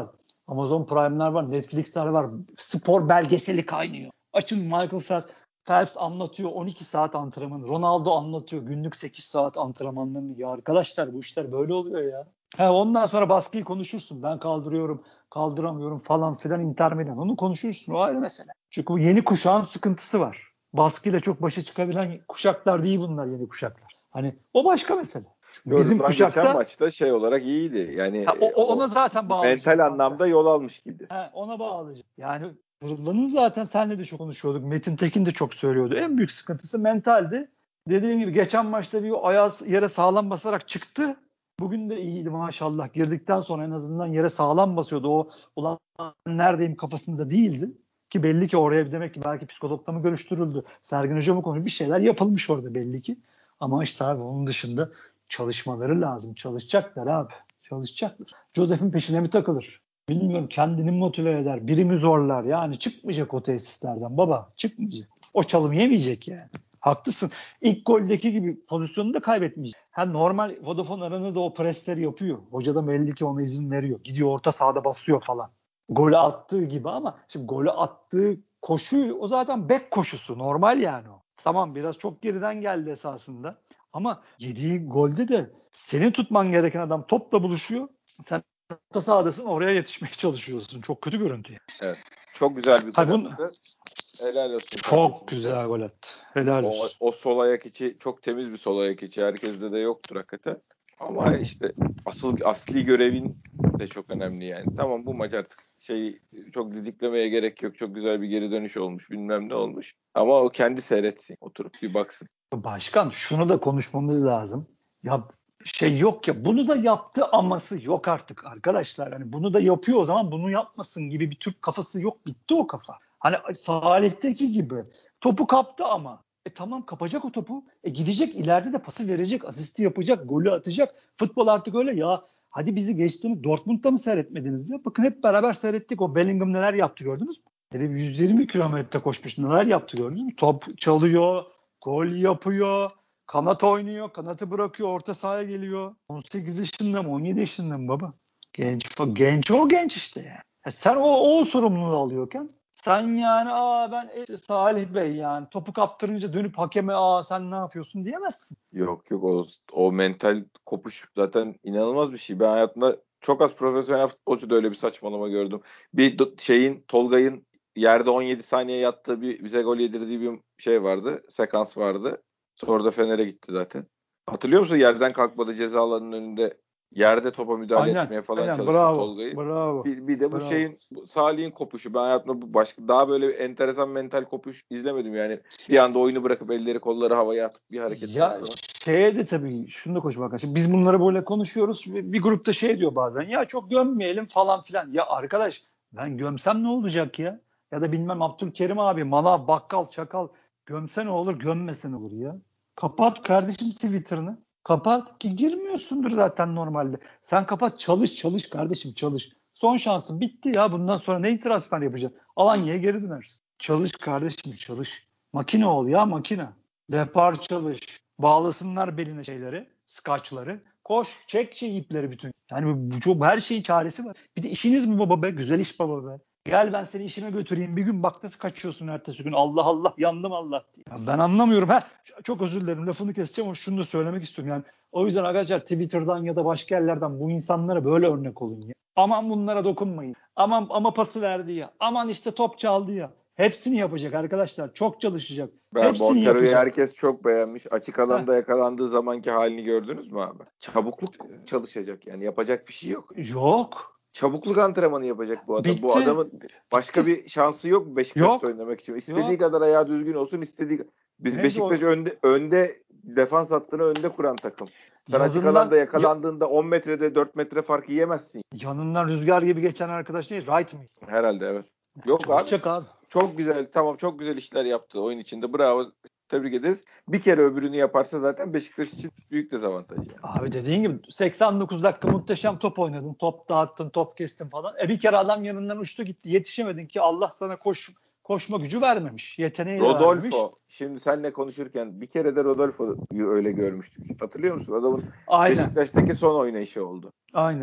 Amazon Prime'ler var, Netflix'ler var. Spor belgeseli kaynıyor. Açın Michael Phelps. Phelps anlatıyor on iki saat antrenman. Ronaldo anlatıyor günlük sekiz saat antrenmanlarını. Ya arkadaşlar bu işler böyle oluyor ya. He, ondan sonra baskıyı konuşursun. Ben kaldırıyorum, kaldıramıyorum falan filan Inter Milan. Onu konuşursun. O ayrı mesele. Çünkü bu yeni kuşağın sıkıntısı var. Baskıyla çok başa çıkabilen kuşaklar değil bunlar, yeni kuşaklar. Hani o başka mesele. Yo, Bizim Rıdvan geçen kuşakta maçta şey olarak iyiydi. Yani ha, o, o- o ona zaten bağlayacağım. mental kanka. anlamda yol almış gibi. He, ona bağlayacağım. Yani Rıdvan'ın zaten senle de çok konuşuyorduk. Metin Tekin de çok söylüyordu. En büyük sıkıntısı mentaldi. Dediğim gibi geçen maçta bir ayağı yere sağlam basarak çıktı. Bugün de iyiydi maşallah. Girdikten sonra en azından yere sağlam basıyordu. O ulan neredeyim kafasında değildi. Ki belli ki oraya demek ki belki psikologla mı görüştürüldü. Sergen Hoca mı konuştu? Bir şeyler yapılmış orada belli ki. Ama işte abi onun dışında çalışmaları lazım. Çalışacaklar abi. Çalışacaklar. Joseph'in peşine mi takılır? Bilmiyorum, kendini motive eder. Birimi zorlar. Yani çıkmayacak o tesislerden baba. Çıkmayacak. O çalım yemeyecek yani. Haklısın. İlk goldeki gibi pozisyonu da kaybetmeyecek. Ha, normal Vodafone Arena'da da o presleri yapıyor. Hoca da belli ki ona izin veriyor. Gidiyor orta sahada basıyor falan. Golü attığı gibi ama şimdi golü attığı koşu o zaten bek koşusu. Normal yani o. Tamam biraz çok geriden geldi esasında. Ama yediği golde de senin tutman gereken adam topla buluşuyor. Sen orta sahadasın, oraya yetişmeye çalışıyorsun. Çok kötü görüntü. Yani. Evet. Çok güzel bir gol Hayır, bunu, attı. Helal olsun. çok güzel gol attı. Helal O, olsun. o sol ayak içi çok temiz bir sol ayak içi. Herkeste de yoktur hakikaten. Ama işte asıl asli görevin de çok önemli yani. Tamam bu maç artık şey çok didiklemeye gerek yok. Çok güzel bir geri dönüş olmuş. Bilmem ne olmuş. Ama o kendi seyretsin. Oturup bir baksın. Başkan şunu da konuşmamız lazım. Ya şey yok ya, bunu da yaptı aması yok artık arkadaşlar. Hani bunu da yapıyor o zaman bunu yapmasın gibi bir Türk kafası yok. Bitti o kafa. Hani Salih'teki gibi topu kaptı ama e tamam kapacak o topu. E gidecek ileride de pası verecek, asisti yapacak, golü atacak. Futbol artık öyle ya. Hadi bizi geçtiğiniz Dortmund'da mı seyretmediniz ya? Bakın hep beraber seyrettik. O Bellingham neler yaptı gördünüz mü? Hele yüz yirmi kilometre koşmuş, neler yaptı gördünüz mü? Top çalıyor, gol yapıyor, kanat oynuyor, kanatı bırakıyor, orta sahaya geliyor. on sekiz yaşında mı, on yedi yaşında mı baba? Genç, genç o genç işte yani. Ya sen o, o sorumluluğu alıyorken sen yani aa ben işte Salih Bey yani topu kaptırınca dönüp hakeme aa sen ne yapıyorsun diyemezsin. Yok yok o, o mental kopuş zaten inanılmaz bir şey. Ben hayatımda çok az profesyonel futbolcuda öyle bir saçmalama gördüm. Bir do- şeyin Tolga'nın yerde on yedi saniye yattığı bir bize gol yedirdiği bir şey vardı. Sekans vardı. Sonra da Fener'e gitti zaten. Hatırlıyor musun? Yerden kalkmadı ceza alanının önünde yerde topa müdahale Aynen, etmeye falan aynen çalıştı bravo, Tolga'yı. bravo, Bir, bir de bu bravo. şeyin bu Salih'in kopuşu. Ben hayatımda bu başka daha böyle enteresan mental kopuş izlemedim yani. Bir anda oyunu bırakıp elleri kolları havaya atıp bir hareketler Ya falan. şeye de tabii şunu da konuşmak lazım. Biz bunları böyle konuşuyoruz. Bir, bir grupta şey diyor bazen ya çok gömmeyelim falan filan. Ya arkadaş ben gömsem ne olacak ya? Ya da bilmem Abdülkerim abi, manav, bakkal, çakal gömse ne olur, gömmese ne olur ya? Kapat kardeşim Twitter'ını. Kapat ki girmiyorsundur zaten normalde. Sen kapat, çalış çalış kardeşim çalış. Son şansın bitti ya. Bundan sonra neyi transfer yapacaksın? Alanya'ya geri dönersin. Çalış kardeşim çalış. Makine ol ya makine. Depar çalış. Bağlasınlar beline şeyleri, skaçları. Koş, çek şey ipleri bütün. Yani bu çok her şeyin çaresi var. Bir de işiniz mi baba be? Güzel iş baba be. Gel ben seni işime götüreyim. Bir gün bak nasıl kaçıyorsun ertesi gün. Allah Allah yandım Allah diye. Ya ben anlamıyorum. Ha, çok özür dilerim lafını keseceğim ama şunu da söylemek istiyorum. Yani o yüzden arkadaşlar Twitter'dan ya da başka yerlerden bu insanlara böyle örnek olun ya. Aman bunlara dokunmayın. Aman ama pası verdi ya. Aman işte top çaldı ya. Hepsini yapacak arkadaşlar. Çok çalışacak. Ben Hepsini Montero'yu yapacak. herkes çok beğenmiş. Açık Heh. alanda yakalandığı zamanki halini gördünüz mü abi? Çabukluk çalışacak yani yapacak bir şey yok. Yok. Çabukluk antrenmanı yapacak bu adam. Bu Bitti. adamın başka Bitti. bir şansı yok Beşiktaş'ta Yok. oynamak için. İstediği Yok. kadar ayağı düzgün olsun, istediği biz Neydi Beşiktaş o? önde önde defans hattını önde kuran takım. Sen açık alanda Yazından ya, yakalandığında on metrede dört metre fark yiyemezsin. yanından rüzgar gibi geçen arkadaş değil. Wright mı? Herhalde evet. Yok abi. Çalışacak abi. Çok güzel. Tamam çok güzel işler yaptı oyun içinde. Bravo. Tebrik ederiz. Bir kere öbürünü yaparsa zaten Beşiktaş için büyük dezavantaj yani. Abi dediğin gibi seksen dokuz dakika muhteşem top oynadın. Top dağıttın, top kestin falan. E bir kere adam yanından uçtu gitti. Yetişemedin ki Allah sana koş koşma gücü vermemiş. Yeteneği de vermemiş. Rodolfo. Şimdi seninle konuşurken bir kere de Rodolfo'yu öyle görmüştük. Hatırlıyor musun? Adamın Aynen. Beşiktaş'taki son oynayışı oldu. Aynen.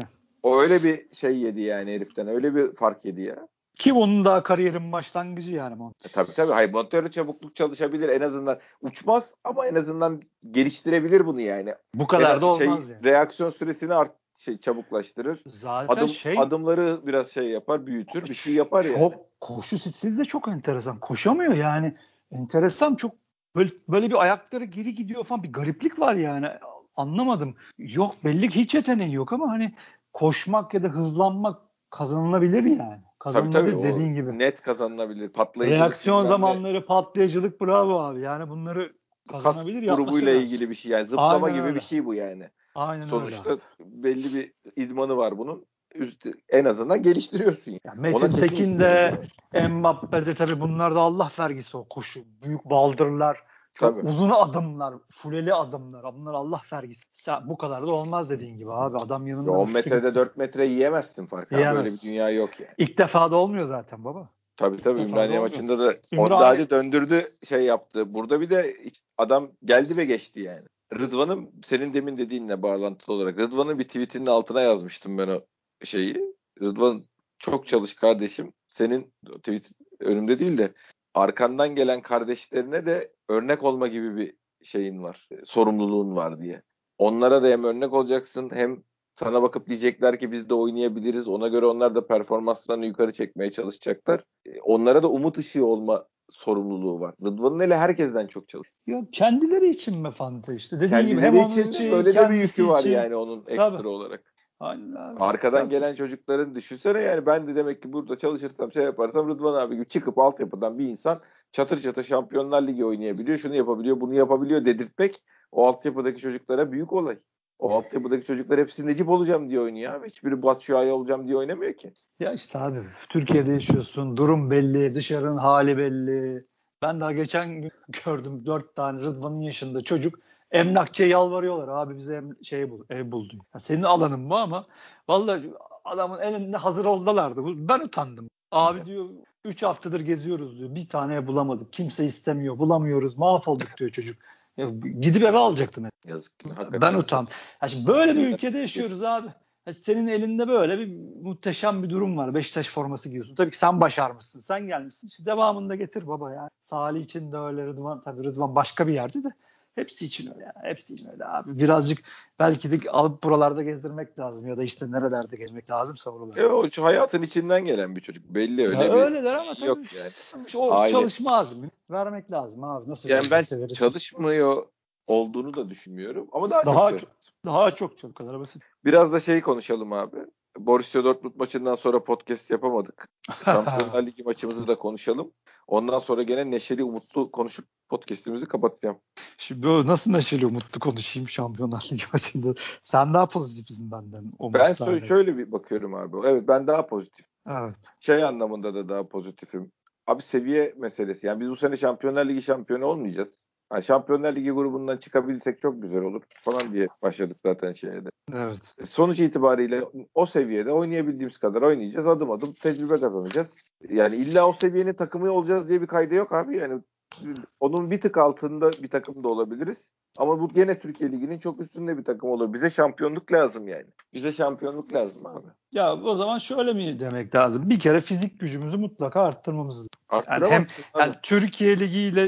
O öyle bir şey yedi yani heriften. Öyle bir fark yedi ya. Ki onun daha kariyerin başlangıcı yani. E, tabii tabii. Hayır, motor çabukluk çalışabilir en azından. Uçmaz ama en azından geliştirebilir bunu yani. Bu kadar da En, şey olmaz yani. reaksiyon süresini art şey çabuklaştırır. Zaten Adım şey adımları biraz şey yapar, büyütür. Bir şey yapar çok yani. koşu stili de çok enteresan. Koşamıyor yani. Enteresan, çok böyle, böyle bir ayakları geri gidiyor falan, bir gariplik var yani. Anlamadım. Yok, belli ki hiç yeteneği yok ama hani koşmak ya da hızlanmak kazanılabilir yani. Tabii tabii, Kazanılabilir o dediğin gibi. net kazanılabilir. Patlayıcılık Reaksiyon bilmem ne. zamanları, patlayıcılık, bravo abi. Yani bunları Bu kas kazanabilir, yapması grubuyla lazım. ilgili bir şey yani. Zıplama Aynen gibi bir öyle. şey bu yani. Aynen öyle abi. Sonuçta belli bir idmanı var bunun. Üstü, en azından geliştiriyorsun yani. Ya Ona Metin kesin Tekin ihtiyacı de, var. Mbappe'de tabii bunlar da Allah vergisi o koşu. Büyük baldırlar, çok Tabii. uzun adımlar, fuleli adımlar. Bunlar Allah vergisi. Sen, bu kadar da olmaz dediğin gibi abi. Adam Ya yanından on uçtu metrede gitti. dört metre yiyemezsin fark abi. Böyle bir Yiyemez. dünya yok yani. İlk defa da olmuyor zaten baba. Tabii İlk tabii, defa da Ümraniye olmuyor. maçında da Ümraniye Ondadi döndürdü, şey yaptı. Burada bir de adam geldi ve geçti yani. Rıdvan'ın, senin demin dediğinle bağlantılı olarak Rıdvan'ın bir tweetinin altına yazmıştım ben o şeyi. Rıdvan, çok çalış kardeşim. Senin tweet önümde değil de arkandan gelen kardeşlerine de örnek olma gibi bir şeyin var. Sorumluluğun var diye. Onlara da hem örnek olacaksın, hem sana bakıp diyecekler ki biz de oynayabiliriz. Ona göre onlar da performanslarını yukarı çekmeye çalışacaklar. E, Onlara da umut ışığı olma sorumluluğu var. Rıdvan'ın hele herkesten çok çalışıyor. yok, kendileri için mi Fanta işte. Dediğin gibi hem Kendileri onun için de için, öyle de bir kendisi yükü var için. yani onun Tabii. ekstra olarak. Aynen abi. Arkadan Ya, gelen çocukların düşünsene yani, ben de demek ki burada çalışırsam, şey yaparsam, Rıdvan abi gibi çıkıp altyapıdan bir insan çatır çatır Şampiyonlar Ligi oynayabiliyor, şunu yapabiliyor, bunu yapabiliyor dedirtmek o altyapıdaki çocuklara büyük olay. O altyapıdaki çocuklar hepsi Necip olacağım diye oynuyor abi. Hiçbiri Batshuayi olacağım diye oynamıyor ki. Ya işte abi, Türkiye'de yaşıyorsun, durum belli, dışarının hali belli. Ben daha geçen gün gördüm dört tane Rıdvan'ın yaşında çocuk emlakçıya yalvarıyorlar. Abi bize em- şey bul, ev bul diyor. Ya senin alanın bu ama vallahi adamın elinde hazır oldalardı. Bu- Ben utandım. Abi diyor üç haftadır geziyoruz diyor. Bir tane ev bulamadık. Kimse istemiyor. Bulamıyoruz. Mahvolduk diyor çocuk. Ya, gidip eve alacaktım. Yazık ki Ben hakikaten çok. utandım. Ya şimdi böyle bir ülkede yaşıyoruz abi. Ya senin elinde böyle bir muhteşem bir durum var. Beşiktaş forması giyiyorsun. Tabii ki sen başarmışsın. Sen gelmişsin. İşte devamını da getir baba ya. Salih için de öyle, Rıdvan. Tabii Rıdvan başka bir yerde de. Hepsi için öyle ya. Hepsi için öyle abi. Birazcık belki de alıp buralarda gezdirmek lazım. Ya da işte nerelerde gezmek lazım E, buralarda. o hayatın içinden gelen bir çocuk. Belli, Ya öyle bir öyleler ama şey yok tabii yani. o Aile. çalışma azmi vermek lazım abi. Nasıl Yani ben verirse verirsin. çalışmıyor olduğunu da düşünmüyorum. Ama daha çok Daha çalış. çok daha çok çok kadar basit. Biraz da şey konuşalım abi. Borussia Dortmund maçından sonra podcast yapamadık. Şampiyonlar Ligi maçımızı da konuşalım. Ondan sonra gene neşeli, umutlu konuşup podcast'imizi kapatacağım. Şimdi böyle nasıl neşeli umutlu konuşayım Şampiyonlar Ligi maçında. Sen daha pozitifsin benden o Ben maçla şö- alakalı. şöyle bir bakıyorum abi. Evet, ben daha pozitif. Evet. Şey anlamında da daha pozitifim. Abi seviye meselesi. Yani biz bu sene Şampiyonlar Ligi şampiyonu olmayacağız. Yani Şampiyonlar Ligi grubundan çıkabilsek çok güzel olur falan diye başladık zaten şeye de. Evet. Sonuç itibariyle o seviyede oynayabildiğimiz kadar oynayacağız. Adım adım tecrübe kazanacağız. Yani illa o seviyenin takımı olacağız diye bir kaydı yok abi. Yani onun bir tık altında bir takım da olabiliriz. Ama bu gene Türkiye Ligi'nin çok üstünde bir takım olur. Bize şampiyonluk lazım yani. Bize şampiyonluk lazım abi. Ya o zaman şöyle mi demek lazım? Bir kere fizik gücümüzü mutlaka arttırmamız lazım. Yani hem Arttıramazsın abi. yani Türkiye Ligi ile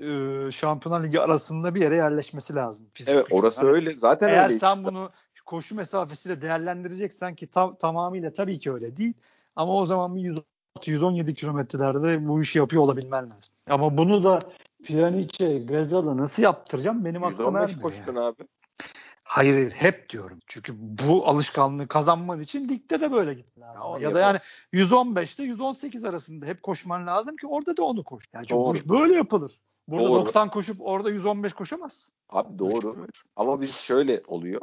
e, Şampiyonlar Ligi arasında bir yere yerleşmesi lazım fizik Evet, gücü. orası Hani öyle. Zaten eğer öyle. sen bunu koşu mesafesiyle değerlendireceksen ki tam, tamamıyla tabii ki öyle değil. Ama o zaman bir yüz altı yüz on yedi kilometrelerde bu işi yapıyor olabilmen lazım. Ama bunu da Pjaniç'e, Gazal'a nasıl yaptıracağım? Benim yüz aklım on beş ermiyor yani. koştun abi. Hayır, hep diyorum. Çünkü bu alışkanlığı kazanman için ligde de böyle gitmen lazım. Ya, Ya da yani yüz on beş ile yüz on sekiz arasında hep koşman lazım ki orada da onu koş. Yani çünkü bu doğru. iş böyle yapılır. Burada Doğru. doksan koşup orada yüz on beş koşamazsın. Abi doğru. Ama biz şöyle oluyor.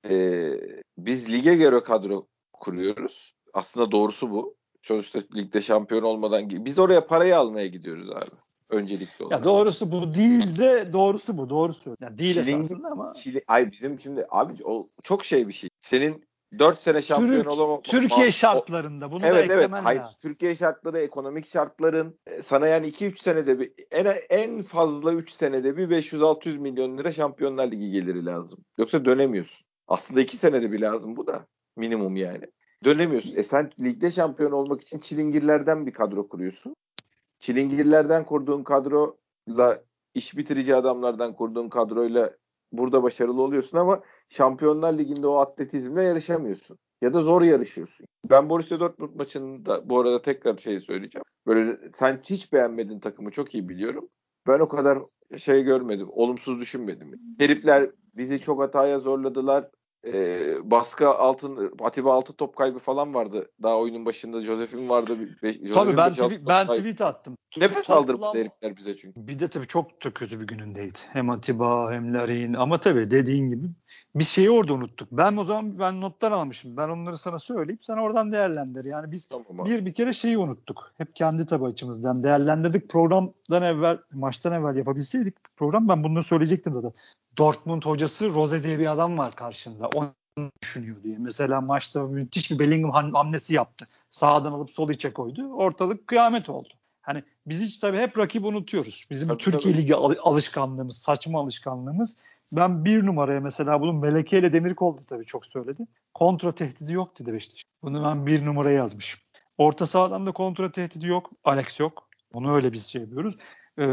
Ee, biz lige göre kadro kuruyoruz. Aslında doğrusu bu. Sonuçta ligde şampiyon olmadan biz oraya parayı almaya gidiyoruz abi. Öncelikli Ya olarak. doğrusu bu değil de doğrusu bu. Doğrusu. Yani değil Çilin, esasında ama Çili, ay bizim şimdi abi o çok şey bir şey. Senin dört sene şampiyon Türk olamama. Türkiye o, şartlarında bunu da Evet evet. eklemen Hayır, lazım. Türkiye şartları, ekonomik şartların e, sana yani iki üç senede bir en en fazla üç senede bir beş yüz altı yüz milyon lira Şampiyonlar Ligi geliri lazım. Yoksa dönemiyorsun. Aslında iki senede bir lazım bu da minimum yani. Dönemiyorsun. E sen ligde şampiyon olmak için çilingirlerden bir kadro kuruyorsun. Çilingirlerden kurduğun kadroyla, iş bitirici adamlardan kurduğun kadroyla burada başarılı oluyorsun ama Şampiyonlar Ligi'nde o atletizmle yarışamıyorsun. Ya da zor yarışıyorsun. Ben Borussia Dortmund maçında bu arada tekrar şey söyleyeceğim. Böyle sen hiç beğenmedin takımı, çok iyi biliyorum. Ben o kadar şey görmedim. Olumsuz düşünmedim. Herifler bizi çok hataya zorladılar. Ee, baskı altın, Atiba altı top kaybı falan vardı. Daha oyunun başında Josef'in vardı. Beş, Tabii Josef'in ben, beş altı tweet, top ben kaybı. tweet attım. Nefes aldırmadı Toplam herifler bize çünkü. bir de tabii çok da kötü bir günündeydi. Hem Atiba hem Larin ama tabii dediğin gibi bir şeyi orada unuttuk. Ben o zaman ben notlar almışım. Ben onları sana söyleyip sen oradan değerlendir. Yani biz Tamam abi. bir bir kere şeyi unuttuk. Hep kendi tabii açımızdan değerlendirdik. Programdan evvel, maçtan evvel yapabilseydik program, ben bunu söyleyecektim zaten. Dortmund hocası Rose diye bir adam var karşında. Onu düşünüyor diye. Mesela maçta müthiş bir Bellingham hamlesi yaptı. Sağdan alıp sol içe koydu. Ortalık kıyamet oldu. Hani biz hiç tabii hep rakibi unutuyoruz. Bizim Tabii, Türkiye tabii. Ligi alışkanlığımız, saçma alışkanlığımız. Ben bir numaraya mesela bunun Meleke ile Demirkol da tabii çok söyledi. Kontra tehdidi yok dedi Beşiktaş. Bunu ben bir numaraya yazmışım. Orta sahadan da kontra tehdidi yok. Alex yok. Onu öyle biz şey yapıyoruz. Ee,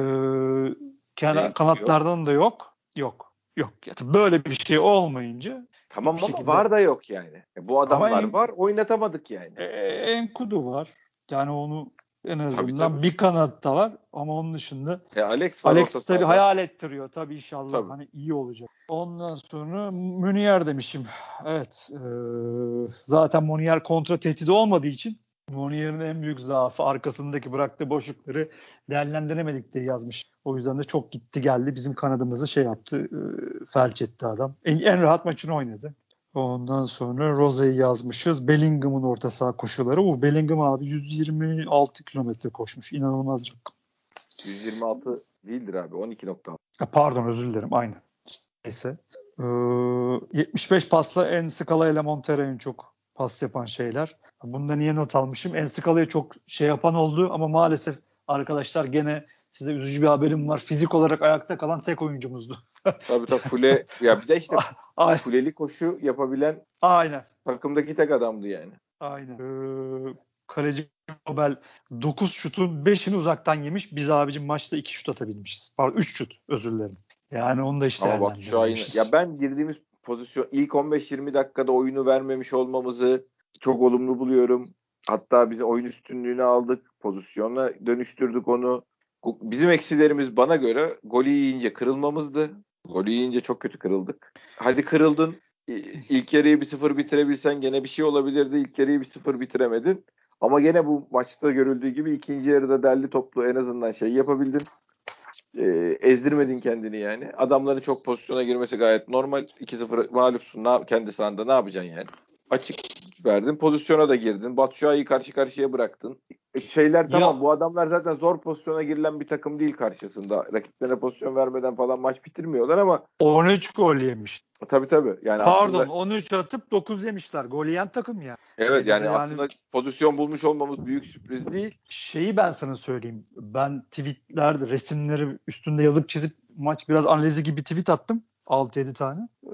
kenar, kanatlardan da yok. Yok. Yok. Yani böyle bir şey olmayınca Tamam bir ama şekilde. var da yok yani. E, bu adamlar en, var, oynatamadık yani. E, Enkudu var. Yani onu en azından Tabii, tabii. bir kanatta var ama onun dışında E, Alex var orta Alex tabii sahada. hayal ettiriyor tabii, inşallah Tabii. hani iyi olacak. Ondan sonra Munier demişim. Evet. E, zaten Munier kontra tehdidi olmadığı için Munier'in en büyük zaafı arkasındaki bıraktığı boşlukları değerlendiremedik diye yazmış. O yüzden de çok gitti geldi. Bizim kanadımızı şey yaptı. E, felç etti adam. En, en rahat maçını oynadı. Ondan sonra Rose'yi yazmışız. Bellingham'ın orta saha koşuları. O Bellingham abi yüz yirmi altı kilometre koşmuş. İnanılmaz rakam. yüz yirmi altı değildir abi. on iki nokta altı. Pardon, özür dilerim. Aynı. Neyse. Ee, yetmiş beş pasla Enskala ile Montero en çok pas yapan şeyler. Bunda niye not almışım? Enskala'ya çok şey yapan oldu ama maalesef arkadaşlar gene size üzücü bir haberim var. Fizik olarak ayakta kalan tek oyuncumuzdu. Tabii tabii fule. Ya bir de işte Aynen. fuleli koşu yapabilen Aynen. takımdaki tek adamdı yani. Aynen. Ee, kaleci Nobel dokuz şutun beşini uzaktan yemiş. Biz abicim maçta iki şut atabilmişiz. Pardon üç şut, özür dilerim. Yani onu da işte Ama Batu Şahin, ya ben girdiğimiz pozisyon ilk on beş yirmi dakikada oyunu vermemiş olmamızı çok olumlu buluyorum. Hatta biz oyun üstünlüğünü aldık. Pozisyonla dönüştürdük onu. Bizim eksilerimiz bana göre golü yiyince kırılmamızdı. Golü yiyince çok kötü kırıldık. Hadi kırıldın. İlk yarıyı bir sıfır bitirebilsen gene bir şey olabilirdi. İlk yarıyı bir sıfır bitiremedin. Ama gene bu maçta görüldüğü gibi ikinci yarıda derli toplu en azından şey yapabildin. E, ezdirmedin kendini yani. Adamların çok pozisyona girmesi gayet normal. iki sıfır mağlupsun. Ne, kendi sahanda ne yapacaksın yani? Açık verdin. Pozisyona da girdin. Batshuayi'yi karşı karşıya bıraktın. E, şeyler Ya, tamam. Bu adamlar zaten zor pozisyona girilen bir takım değil karşısında. Rakiplerine pozisyon vermeden falan maç bitirmiyorlar ama on üç gol yemiş. tabii tabii. Yani Pardon, aslında on üç atıp dokuz yemişler. Gol yiyen takım ya. evet Şeyde de yani yani aslında pozisyon bulmuş olmamız büyük sürpriz değil. şeyi ben sana söyleyeyim. Ben tweetlerde resimleri üstünde yazıp çizip maç biraz analizi gibi tweet attım. altı yedi tane. Ee,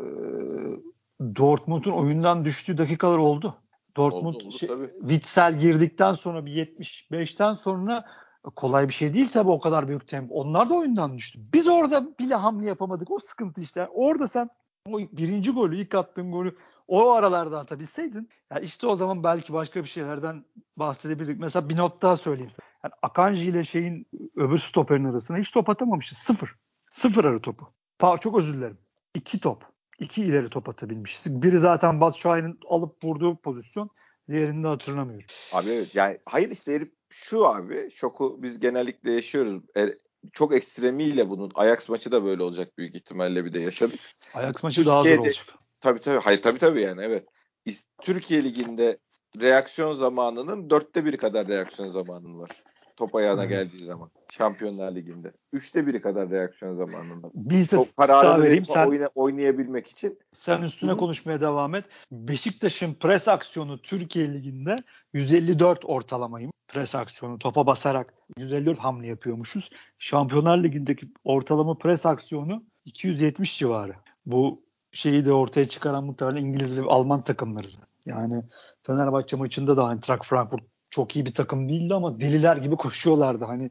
Dortmund'un oyundan düştüğü dakikalar oldu. Oldu Dortmund oldu şey, tabii. Witsel girdikten sonra bir yetmiş beşten sonra kolay bir şey değil tabii o kadar büyük tempo. Onlar da oyundan düştü. Biz orada bile hamle yapamadık. O sıkıntı işte. Orada sen o birinci golü, ilk attığın golü o aralarda atabilseydin, yani işte o zaman belki başka bir şeylerden bahsedebilirdik. Mesela bir not daha söyleyeyim. Yani Akanji ile şeyin öbür stoperin arasına hiç top atamamışız. Sıfır. Sıfır arı topu. Pa çok özür dilerim. İki top. İki ileri top atabilmişiz. Biri zaten Batshuayi'nin alıp vurduğu pozisyon. Diğerini de hatırlamıyorum. Abi evet yani hayır işte herif şu abi şoku biz genellikle yaşıyoruz. E, çok ekstremiyle bunun Ajax maçı da böyle olacak büyük ihtimalle bir de yaşadık. Ajax maçı daha zor olacak. Tabii tabii. Hayır tabii tabii yani evet. Türkiye Ligi'nde reaksiyon zamanının dörtte biri kadar reaksiyon zamanın var. Top ayağına Evet. geldiği zaman. Şampiyonlar Ligi'nde. Üçte biri kadar reaksiyon zamanın var. Bir Top istatistik daha kararını vereyim. verip Sen oyna, oynayabilmek için. sen üstüne Hı-hı. konuşmaya devam et. Beşiktaş'ın pres aksiyonu Türkiye Ligi'nde yüz elli dört ortalamayım. Pres aksiyonu topa basarak yüz elli dört hamle yapıyormuşuz. Şampiyonlar Ligi'ndeki ortalama pres aksiyonu iki yüz yetmiş civarı. Bu şeyi de ortaya çıkaran muhtemelen İngiliz ve Alman takımları. Yani Fenerbahçe maçında da Eintracht Frankfurt çok iyi bir takım değildi ama deliler gibi koşuyorlardı. Hani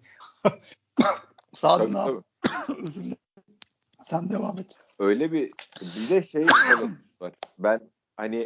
sağdan abi. Özür dilerim. Sen devam et. Öyle bir bir de şey var. Ben hani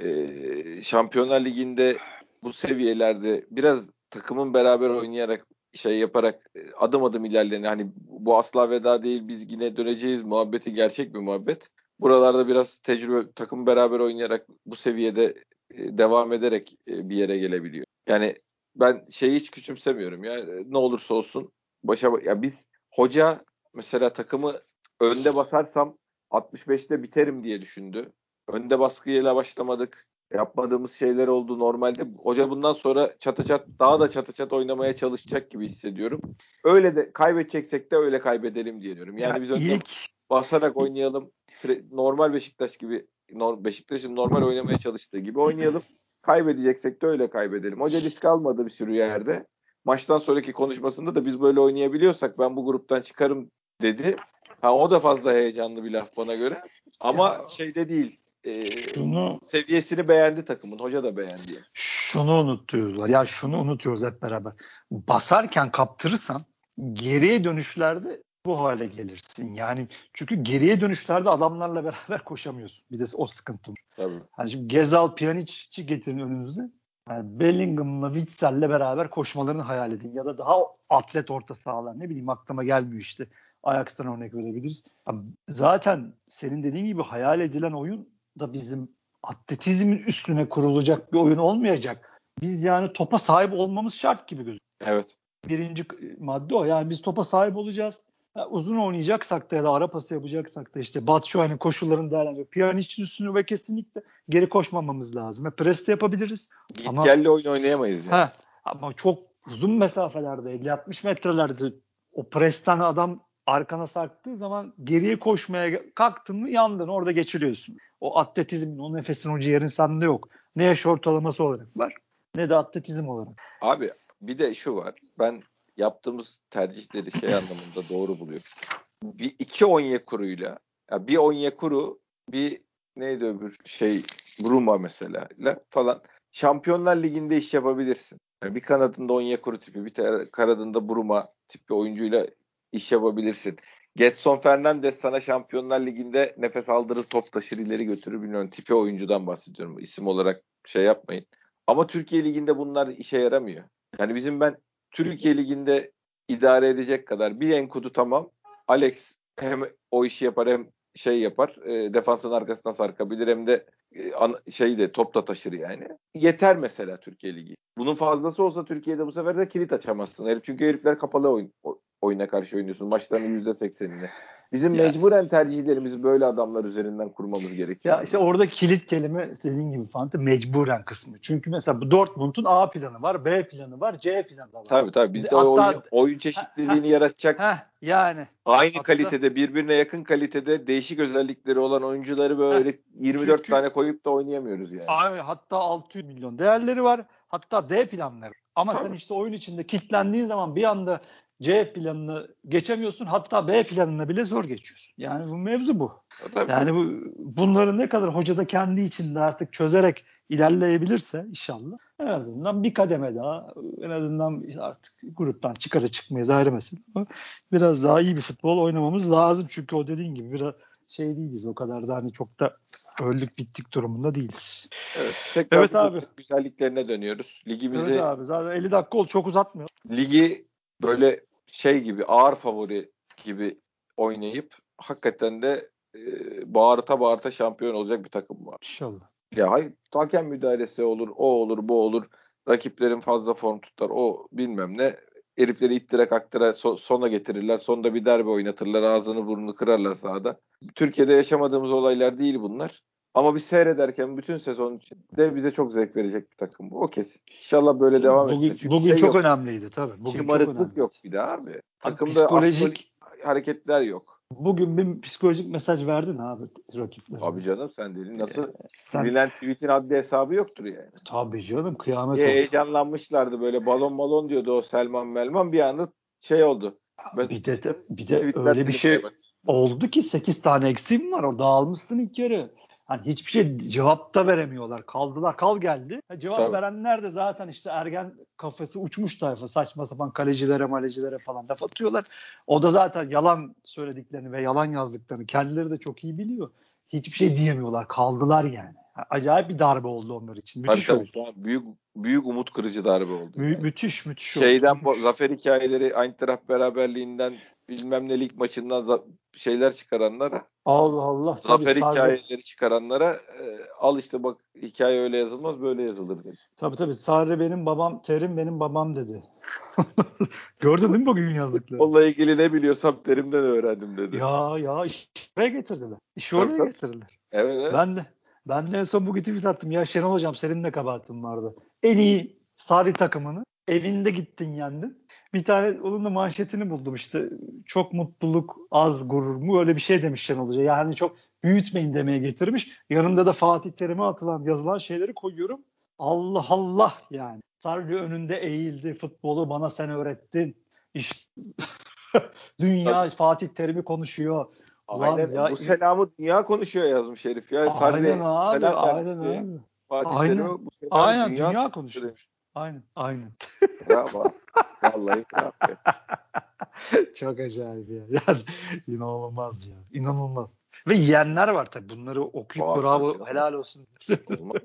e, Şampiyonlar Ligi'nde bu seviyelerde biraz takımın beraber oynayarak şey yaparak adım adım ilerleyen, hani bu asla veda değil, biz yine döneceğiz muhabbeti gerçek bir muhabbet. Buralarda biraz tecrübe, takım beraber oynayarak bu seviyede e, devam ederek e, bir yere gelebiliyor. Yani ben şeyi hiç küçümsemiyorum ya, ne olursa olsun başa ya biz hoca mesela takımı önde basarsam altmış beşte biterim diye düşündü. Önde baskıyla başlamadık. Yapmadığımız şeyler oldu normalde. Hoca bundan sonra çatı çat daha da çatı çat oynamaya çalışacak gibi hissediyorum. Öyle de kaybedeceksek de öyle kaybedelim diyorum. Yani ya biz önde ilk... basarak oynayalım. Normal Beşiktaş gibi, Beşiktaş'ın normal oynamaya çalıştığı gibi oynayalım. Kaybedeceksek de öyle kaybedelim. Hoca risk almadı bir sürü yerde. Maçtan sonraki konuşmasında da biz böyle oynayabiliyorsak ben bu gruptan çıkarım dedi. Ha, o da fazla heyecanlı bir laf bana göre. Ama ya, şeyde değil. E, şunu, seviyesini beğendi takımın. Hoca da beğendi. Yani. Şunu unutuyorlar. Ya şunu unutuyoruz hep beraber. Basarken kaptırırsan geriye dönüşlerde bu hale gelirsin. Yani çünkü geriye dönüşlerde adamlarla beraber koşamıyorsun. Bir de o sıkıntı var. Tabii. Hani şimdi Gezal, Pjanic'i getirin önünüze. Yani Bellingham'la Witzel'le beraber koşmalarını hayal edin. Ya da daha atlet orta sahalar. Ne bileyim aklıma gelmiyor işte. Ajax'tan örnek verebiliriz. Ya zaten senin dediğin gibi hayal edilen oyun da bizim atletizmin üstüne kurulacak bir oyun olmayacak. Biz yani topa sahip olmamız şart gibi gözüküyor. Evet. Birinci madde o. Yani biz topa sahip olacağız. Yani uzun oynayacaksak da ya da ara pası yapacaksak da işte Batshuayi'nin koşullarını değerlendiriyor. Pjanic'in üstünü ve kesinlikle geri koşmamamız lazım. Ve pres de yapabiliriz. Gitgelli oyun oynayamayız yani. He, ama çok uzun mesafelerde elli altmış metrelerde o presten adam arkana sarktığı zaman geriye koşmaya kalktın mı yandın. Orada geçiriyorsun. O atletizmin, o nefesin, o ciğerin sende yok. Ne yaş ortalaması olarak var ne de atletizm olarak. Abi bir de şu var. Ben yaptığımız tercihleri şey anlamında doğru buluyorum. Bir iki Onyekuru'yla, ya bir Onyekuru, bir neydi öbür şey, Bruma mesela falan, Şampiyonlar Ligi'nde iş yapabilirsin. Yani bir kanadında Onyekuru tipi, bir kanadında Bruma tipi oyuncuyla iş yapabilirsin. Getson Fernandes sana Şampiyonlar Ligi'nde nefes aldırır, top taşır, ileri götürür, bilmiyorum, tipi oyuncudan bahsediyorum. İsim olarak şey yapmayın. Ama Türkiye Ligi'nde bunlar işe yaramıyor. Yani bizim ben Türkiye Ligi'nde idare edecek kadar bir Enkudu tamam. Alex hem o işi yapar hem şey yapar. E, defansın arkasına sarkabilir hem de e, an, şeyi de top da taşır yani. Yeter mesela Türkiye Ligi. Bunun fazlası olsa Türkiye'de bu sefer de kilit açamazsın. Herif, çünkü herifler kapalı oyun, oyuna karşı oynuyorsun. Maçların yüzde seksenini. Bizim ya, mecburen tercihlerimizi böyle adamlar üzerinden kurmamız gerekiyor. Ya işte orada kilit kelime dediğin gibi Fante, mecburen kısmı. Çünkü mesela bu Dortmund'un A planı var, B planı var, C planı da var. Tabii tabii. Bizde hatta, oyun, oyun çeşitliliğini heh, yaratacak. Heh, yani. Aynı hatta, kalitede, birbirine yakın kalitede değişik özellikleri olan oyuncuları böyle heh, yirmi dört çünkü, tane koyup da oynayamıyoruz yani. Abi, hatta altı yüz milyon değerleri var. Hatta D planları. Ama tabii, sen işte oyun içinde kilitlendiğin zaman bir anda C planını geçemiyorsun. Hatta B planına bile zor geçiyorsun. Yani bu mevzu bu. Tabii, yani tabii. bu bunları ne kadar hoca da kendi içinde artık çözerek ilerleyebilirse inşallah en azından bir kademe daha, en azından artık gruptan çıkarı çıkmayız ayrı mesele. Biraz daha iyi bir futbol oynamamız lazım. Çünkü o dediğin gibi biraz şey değiliz. O kadar da hani çok da öldük bittik durumunda değiliz. Evet. Tekrar evet abi. Güzelliklerine dönüyoruz. Ligimizi. Evet abi. Zaten elli dakika oldu. Çok uzatmıyor. Ligi böyle şey gibi, ağır favori gibi oynayıp hakikaten de e, bağırta bağırta şampiyon olacak bir takım var. İnşallah. Ya hayır, hakem müdahalesi olur, o olur, bu olur. Rakiplerin fazla form tutar, o bilmem ne. Herifleri ittirek aktıra so- sona getirirler. Sonda bir derbi oynatırlar. Ağzını burnunu kırarlar sahada. Türkiye'de yaşamadığımız olaylar değil bunlar. Ama biz seyrederken bütün sezon içinde bize çok zevk verecek bir takım bu. O kesin. İnşallah böyle Tabii, devam bugün, etsin. Çünkü bugün şey çok yok. önemliydi tabii. Bugün Şımarıklık çok önemliydi. yok bir de abi. Abi, Takımda psikolojik hareketler yok. Bugün bir psikolojik mesaj verdin abi rakiplerine. Abi canım, sen dedin. Nasıl? Ee, sen... Silinen tweet'in haddi hesabı yoktur yani. Tabii canım, kıyamet e, oldu. Heyecanlanmışlardı, böyle balon balon diyordu o Selman Melman, bir anda şey oldu. Ben, bir de, bir de öyle bir şey bak. oldu ki sekiz tane eksiğim var. O dağılmışsın ilk yarı. Hani hiçbir şey cevap da veremiyorlar. Kaldılar. Kal geldi. Ha, cevap Tabii. verenler de zaten işte ergen kafası uçmuş tayfa. Saçma sapan kalecilere malecilere falan laf atıyorlar. O da zaten yalan söylediklerini ve yalan yazdıklarını kendileri de çok iyi biliyor. Hiçbir şey diyemiyorlar. Kaldılar yani. Acayip bir darbe oldu onlar için. Müthiş Tabii tabii oldu. şu an büyük büyük umut kırıcı darbe oldu Mü- yani. müthiş müthiş Şeyden oldu. bu zafer hikayeleri, Eintracht beraberliğinden bilmem ne lig maçından za- şeyler çıkaranlara, Allah Allah tabii zafer Sarri. hikayeleri çıkaranlara e, al işte bak hikaye öyle yazılmaz böyle yazılır dedi. Tabii tabii Sarri benim babam, Terim benim babam dedi. Gördün değil mi bugün yazdıkları? Onunla ilgili ne biliyorsam Terim'den öğrendim dedi. Ya ya işi oraya getirdiler. İşi Tabii oraya tabii. getirdiler. Evet evet. Ben de ben de en son bugün tweet attım. Ya Şenol Hocam senin de kabahatin vardı. En iyi Sarri takımını evinde gittin yendin. Bir tane onun da manşetini buldum işte. Çok mutluluk az gurur mu öyle bir şey demiş Şenol Hoca. Yani çok büyütmeyin demeye getirmiş. Yanında da Fatih Terim'e atılan yazılan şeyleri koyuyorum. Allah Allah yani. Sarri önünde eğildi. Futbolu bana sen öğrettin. İşte dünya Fatih Terim'i konuşuyor. Ulan Aynen. ya Bu selamı dünya konuşuyor yazmış herif ya. aynen Sarri abi, selam aynen vermişti. abi. Fatih Terim'e Aynen. bu selamı Aynen dünya dünya konuşuyor demiş. konuşmuş. Aynen, aynen. Bravo. Vallahi bravo. Çok acayip ya. Yani, inanılmaz ya. İnanılmaz. Ve yiyenler var tabii. Bunları okuyup Var tabii bravo canım. helal olsun. Olmaz.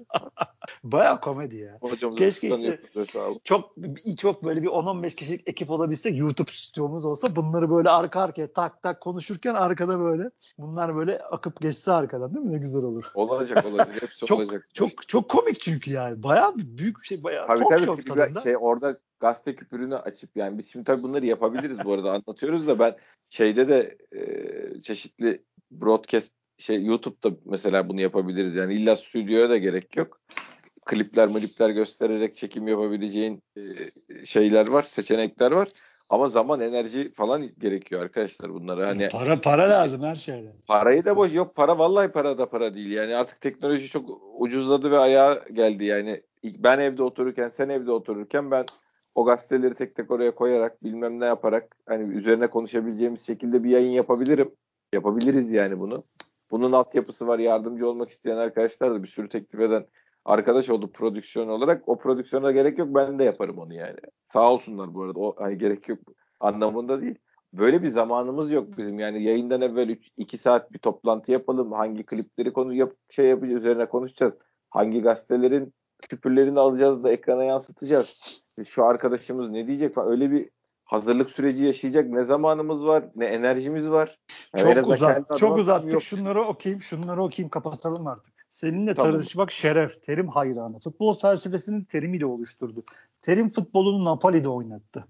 Bayağı komedi ya. Hocamıza Keşke işte kıskanıyorsunuz hesabı. çok çok böyle bir on on beş kişilik ekip olabilsek YouTube stüdyomuz olsa bunları böyle arka arkaya tak tak konuşurken arkada böyle bunlar böyle akıp geçse arkadan değil mi? Ne güzel olur. Olacak olacak. Hepsi Çok olacak. İşte. çok çok komik çünkü yani. Bayağı bir büyük bir şey. Bayağı Tabii talk tabii show klibi tadında. şey orada gazete küpürünü açıp yani biz şimdi tabii bunları yapabiliriz bu arada anlatıyoruz da ben şeyde de e, çeşitli broadcast şey YouTube'da mesela bunu yapabiliriz. Yani illa stüdyoya da gerek yok. Klipler klipler göstererek çekim yapabileceğin e, şeyler var, seçenekler var. Ama zaman, enerji falan gerekiyor arkadaşlar bunlara. Hani Para para işi, lazım her şeyle. parayı da boş yok para vallahi para da para değil. Yani artık teknoloji çok ucuzladı ve ayağa geldi. Yani ben evde otururken sen evde otururken ben o gazeteleri tek tek oraya koyarak bilmem ne yaparak hani üzerine konuşabileceğimiz şekilde bir yayın yapabilirim. Yapabiliriz yani bunu. Bunun altyapısı var. Yardımcı olmak isteyen arkadaşlar da bir sürü teklif eden arkadaş oldu prodüksiyon olarak. O prodüksiyona gerek yok. Ben de yaparım onu yani. Sağ olsunlar bu arada. O hani gerek yok anlamında değil. Böyle bir zamanımız yok bizim. Yani yayından evvel iki saat bir toplantı yapalım. Hangi klipleri konu yap şey yapacağız, üzerine konuşacağız. Hangi gazetelerin küpürlerini alacağız da ekrana yansıtacağız. Şu arkadaşımız ne diyecek falan. Öyle bir hazırlık süreci yaşayacak ne zamanımız var, ne enerjimiz var. Yani en Çok azından kendi uzat, çok adıma benim uzattık. yok. Şunları okuyayım, şunları okuyayım, kapatalım artık. Seninle Tamam. tanışmak şeref. Terim hayranı. Futbol felsefesini terimiyle oluşturdu. Terim futbolunu Napoli'de oynattı.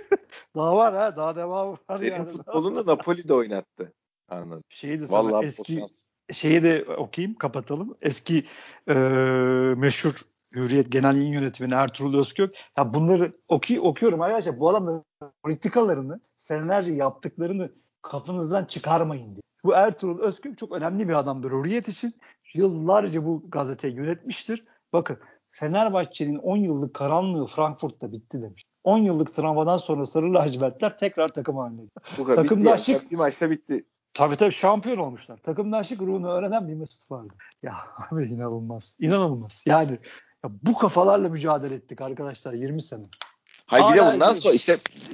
Daha var ha, daha devam var Benim yani. futbolunu Napoli'de oynattı. Anladım. Şeyi de sana Vallahi bol eski şans. şeyi de okuyayım, kapatalım. Eski e, meşhur Hürriyet Genel Yayın Yönetmeni Ertuğrul Özkök. Ya bunları oku, okuyorum arkadaşlar. Bu adamların politikalarını, senelerce yaptıklarını kafanızdan çıkarmayın diye. Bu Ertuğrul Özkök çok önemli bir adamdır Hürriyet için. Yıllarca bu gazeteyi yönetmiştir. Bakın Fenerbahçe'nin on yıllık karanlığı Frankfurt'ta bitti demiş. on yıllık travmadan sonra Sarı lacivertler tekrar takım haline geldi. Bu kadar bitti yani. Takımdaşlık Bir maçta bitti. Tabii tabii şampiyon olmuşlar. Takımdaşlık ruhunu öğrenen bir Mesut vardı. Ya abi inanılmaz. İnanılmaz. Yani ya bu kafalarla mücadele ettik arkadaşlar yirmi sene. Hayır bir de Hala bundan ediyoruz. sonra işte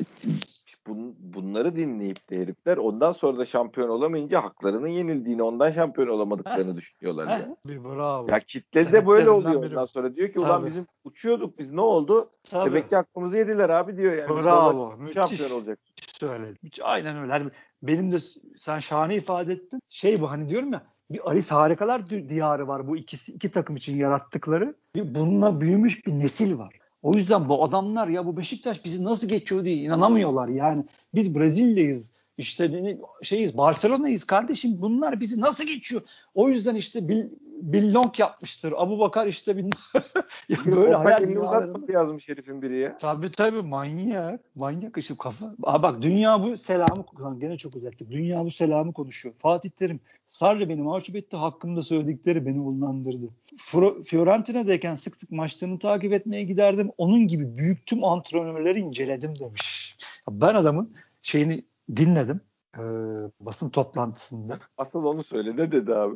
bun, bunları dinleyip de herifler ondan sonra da şampiyon olamayınca haklarının yenildiğini ondan şampiyon olamadıklarını Heh, düşünüyorlar heh, yani. bir bravo. Ya kitle de böyle Sebeplerinden oluyor biri ondan bu. sonra. Diyor ki ulan Tabii. bizim uçuyorduk biz ne oldu? Tabii. Demek ki hakkımızı yediler abi diyor yani. Biz normalde Bravo. şampiyon Müthiş olacak. söyledin. Müthiş. Aynen öyle. Hani benim de sen şahane ifade ettin. Şey bu hani diyorum ya bir Alice Harikalar Diyarı var. Bu ikisi iki takım için yarattıkları. Bir bununla büyümüş bir nesil var. O yüzden bu adamlar ya bu Beşiktaş bizi nasıl geçiyor diye inanamıyorlar. Yani biz Brezilya'yız. İşte şeyiz Barcelona'yız kardeşim. Bunlar bizi nasıl geçiyor? O yüzden işte Bill, Bill Long yapmıştır. Abu Bakar işte bin... ya Bugün böyle korkak hayal elini dünyalarında. uzatmadı yazmış herifin biri ya. Tabii tabii manyak. Manyak işte kafa. Aa bak dünya bu selamı gene çok uzattık. Dünya bu selamı konuşuyor. Fatih Terim Sarri beni mahcup etti. Hakkımda söyledikleri beni onlandırdı. Fiorentina'dayken sık sık maçlarını takip etmeye giderdim. Onun gibi büyük tüm antrenörleri inceledim demiş. Ben adamın şeyini dinledim. E, basın toplantısında. Asıl onu söyle ne dedi abi?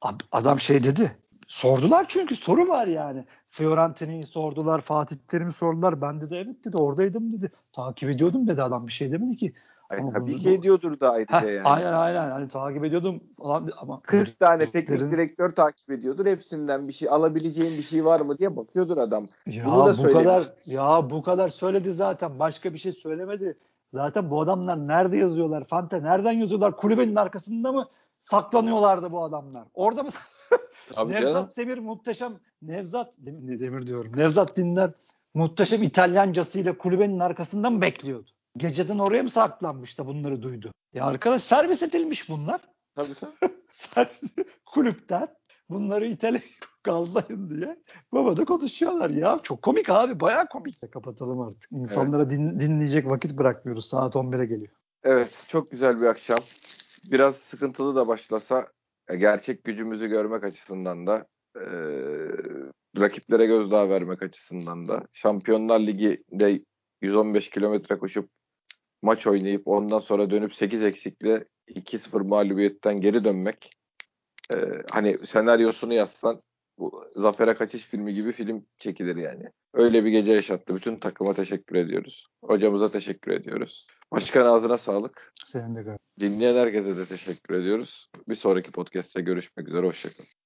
Adam şey dedi. Sordular çünkü soru var yani. Fiorentina'yı sordular, Fatih Terim'i sordular. Ben de evet dedi, oradaydım dedi. Takip ediyordum dedi, adam bir şey demedi ki. Ay, Ama tabii bu, ki bu, ediyordur da ayrıca heh, yani. Aynen aynen hani takip ediyordum falan ama kırk tane teknik kulüplerin- direktör takip ediyordur. Hepsinden bir şey alabileceğin bir şey var mı diye bakıyordur adam. Ya Bunu da bu söylemiş. kadar ya bu kadar söyledi zaten, başka bir şey söylemedi. Zaten bu adamlar nerede yazıyorlar? Fante nereden yazıyorlar? Kulübenin arkasında mı saklanıyorlardı bu adamlar? Orada mı? Tabii canım. Nevzat Demir muhteşem Nevzat Demir, Demir diyorum. Nevzat Dindar muhteşem İtalyancasıyla kulübenin arkasında mı bekliyordu? Geceden oraya mı saklanmış da bunları duydu? Ya arkadaş, servis edilmiş bunlar. Tabii tabii. Servis kulüpten bunları İtalya gazlayın diye babada konuşuyorlar ya. Çok komik abi, bayağı komik. Kapatalım artık. İnsanlara evet. din, dinleyecek vakit bırakmıyoruz. Saat on bire geliyor. Evet, çok güzel bir akşam. Biraz sıkıntılı da başlasa gerçek gücümüzü görmek açısından da e, rakiplere gözdağı vermek açısından da Şampiyonlar Ligi'nde yüz on beş kilometre koşup maç oynayıp ondan sonra dönüp sekiz eksikle iki sıfır mağlubiyetten geri dönmek, e, hani senaryosunu yazsan bu Zafer'e Kaçış filmi gibi film çekilir yani. Öyle bir gece yaşattı. Bütün takıma teşekkür ediyoruz. Hocamıza teşekkür ediyoruz. Başkan ağzına sağlık. Senin de galiba. Dinleyen herkese de teşekkür ediyoruz. Bir sonraki podcast'te görüşmek üzere. Hoşçakalın.